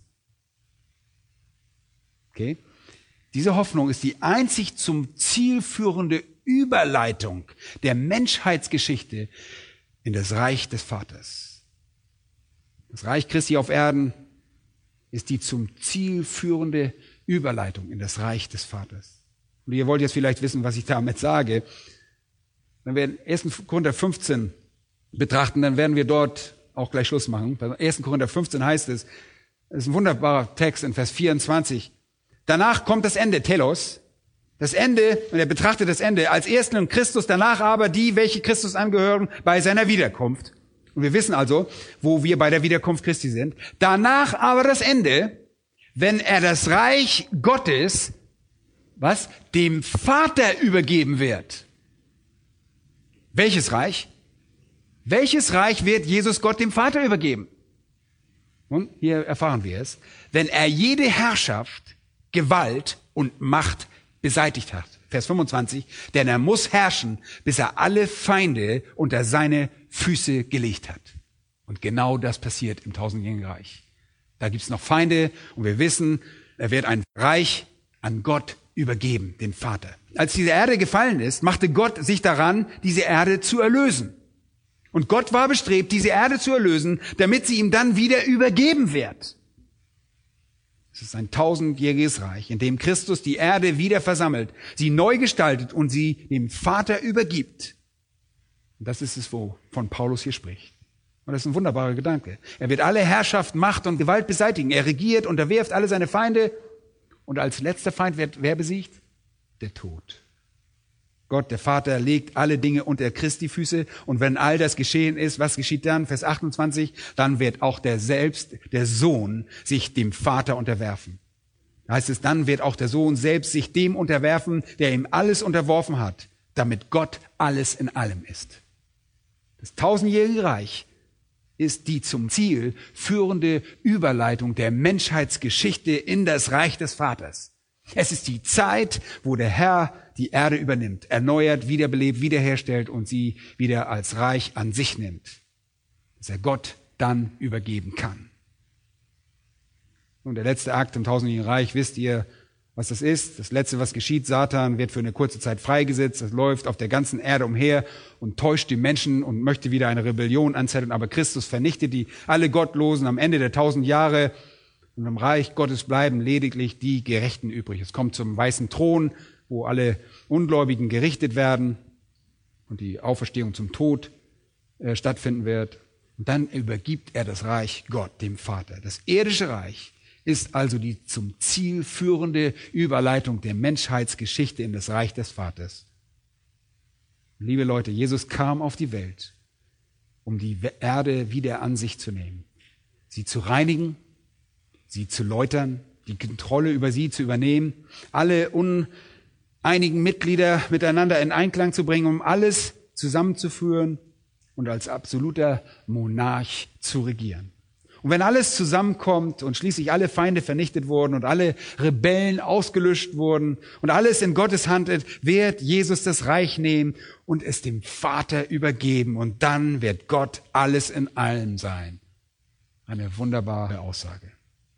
Okay? Diese Hoffnung ist die einzig zum Ziel führende Überleitung der Menschheitsgeschichte in das Reich des Vaters. Das Reich Christi auf Erden ist die zum Ziel führende Überleitung in das Reich des Vaters. Und ihr wollt jetzt vielleicht wissen, was ich damit sage. Wenn wir ersten Korinther fünfzehn betrachten, dann werden wir dort auch gleich Schluss machen. Bei ersten Korinther fünfzehn heißt es, das ist ein wunderbarer Text in Vers vierundzwanzig, danach kommt das Ende, Telos, das Ende, und er betrachtet das Ende als Erstling Christus, danach aber die, welche Christus angehören, bei seiner Wiederkunft. Und wir wissen also, wo wir bei der Wiederkunft Christi sind. Danach aber das Ende, wenn er das Reich Gottes, was, dem Vater übergeben wird. Welches Reich? Welches Reich wird Jesus Gott dem Vater übergeben? Und hier erfahren wir es. Wenn er jede Herrschaft, Gewalt und Macht beseitigt hat. Vers fünfundzwanzig. Denn er muss herrschen, bis er alle Feinde unter seine Füße gelegt hat. Und genau das passiert im tausendjährigen Reich. Da gibt's noch Feinde und wir wissen, er wird ein Reich an Gott übergeben, den Vater. Als diese Erde gefallen ist, machte Gott sich daran, diese Erde zu erlösen. Und Gott war bestrebt, diese Erde zu erlösen, damit sie ihm dann wieder übergeben wird. Es ist ein tausendjähriges Reich, in dem Christus die Erde wieder versammelt, sie neu gestaltet und sie dem Vater übergibt. Und das ist es, wovon Paulus hier spricht. Und das ist ein wunderbarer Gedanke. Er wird alle Herrschaft, Macht und Gewalt beseitigen. Er regiert, unterwirft alle seine Feinde. Und als letzter Feind wird wer besiegt? Der Tod. Gott, der Vater, legt alle Dinge unter Christi Füße. Und wenn all das geschehen ist, was geschieht dann? Vers achtundzwanzig, dann wird auch der selbst, der Sohn, sich dem Vater unterwerfen. Da heißt es, dann wird auch der Sohn selbst sich dem unterwerfen, der ihm alles unterworfen hat, damit Gott alles in allem ist. Das tausendjährige Reich ist die zum Ziel führende Überleitung der Menschheitsgeschichte in das Reich des Vaters. Es ist die Zeit, wo der Herr die Erde übernimmt, erneuert, wiederbelebt, wiederherstellt und sie wieder als Reich an sich nimmt, dass er Gott dann übergeben kann. Und der letzte Akt im tausendjährigen Reich, wisst ihr, was das ist? Das Letzte, was geschieht, Satan wird für eine kurze Zeit freigesetzt, das läuft auf der ganzen Erde umher und täuscht die Menschen und möchte wieder eine Rebellion anzetteln, aber Christus vernichtet die, alle Gottlosen am Ende der tausend Jahre und im Reich Gottes bleiben lediglich die Gerechten übrig. Es kommt zum weißen Thron, wo alle Ungläubigen gerichtet werden und die Auferstehung zum Tod äh, stattfinden wird. Und dann übergibt er das Reich Gott, dem Vater. Das irdische Reich ist also die zum Ziel führende Überleitung der Menschheitsgeschichte in das Reich des Vaters. Liebe Leute, Jesus kam auf die Welt, um die Erde wieder an sich zu nehmen, sie zu reinigen, sie zu läutern, die Kontrolle über sie zu übernehmen, alle uneinigen Mitglieder miteinander in Einklang zu bringen, um alles zusammenzuführen und als absoluter Monarch zu regieren. Und wenn alles zusammenkommt und schließlich alle Feinde vernichtet wurden und alle Rebellen ausgelöscht wurden und alles in Gottes Hand ist, wird Jesus das Reich nehmen und es dem Vater übergeben. Und dann wird Gott alles in allem sein. Eine wunderbare Aussage.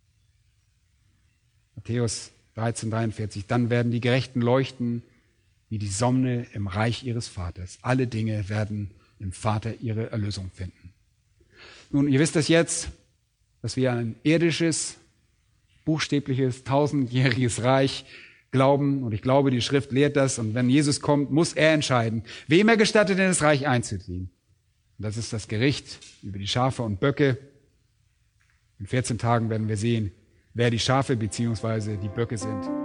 Matthäus dreizehn, dreiundvierzig. Dann werden die Gerechten leuchten wie die Sonne im Reich ihres Vaters. Alle Dinge werden im Vater ihre Erlösung finden. Nun, ihr wisst das jetzt, dass wir an ein irdisches, buchstäbliches, tausendjähriges Reich glauben. Und ich glaube, die Schrift lehrt das. Und wenn Jesus kommt, muss er entscheiden, wem er gestattet, in das Reich einzuziehen. Und das ist das Gericht über die Schafe und Böcke. In vierzehn Tagen werden wir sehen, wer die Schafe bzw. die Böcke sind.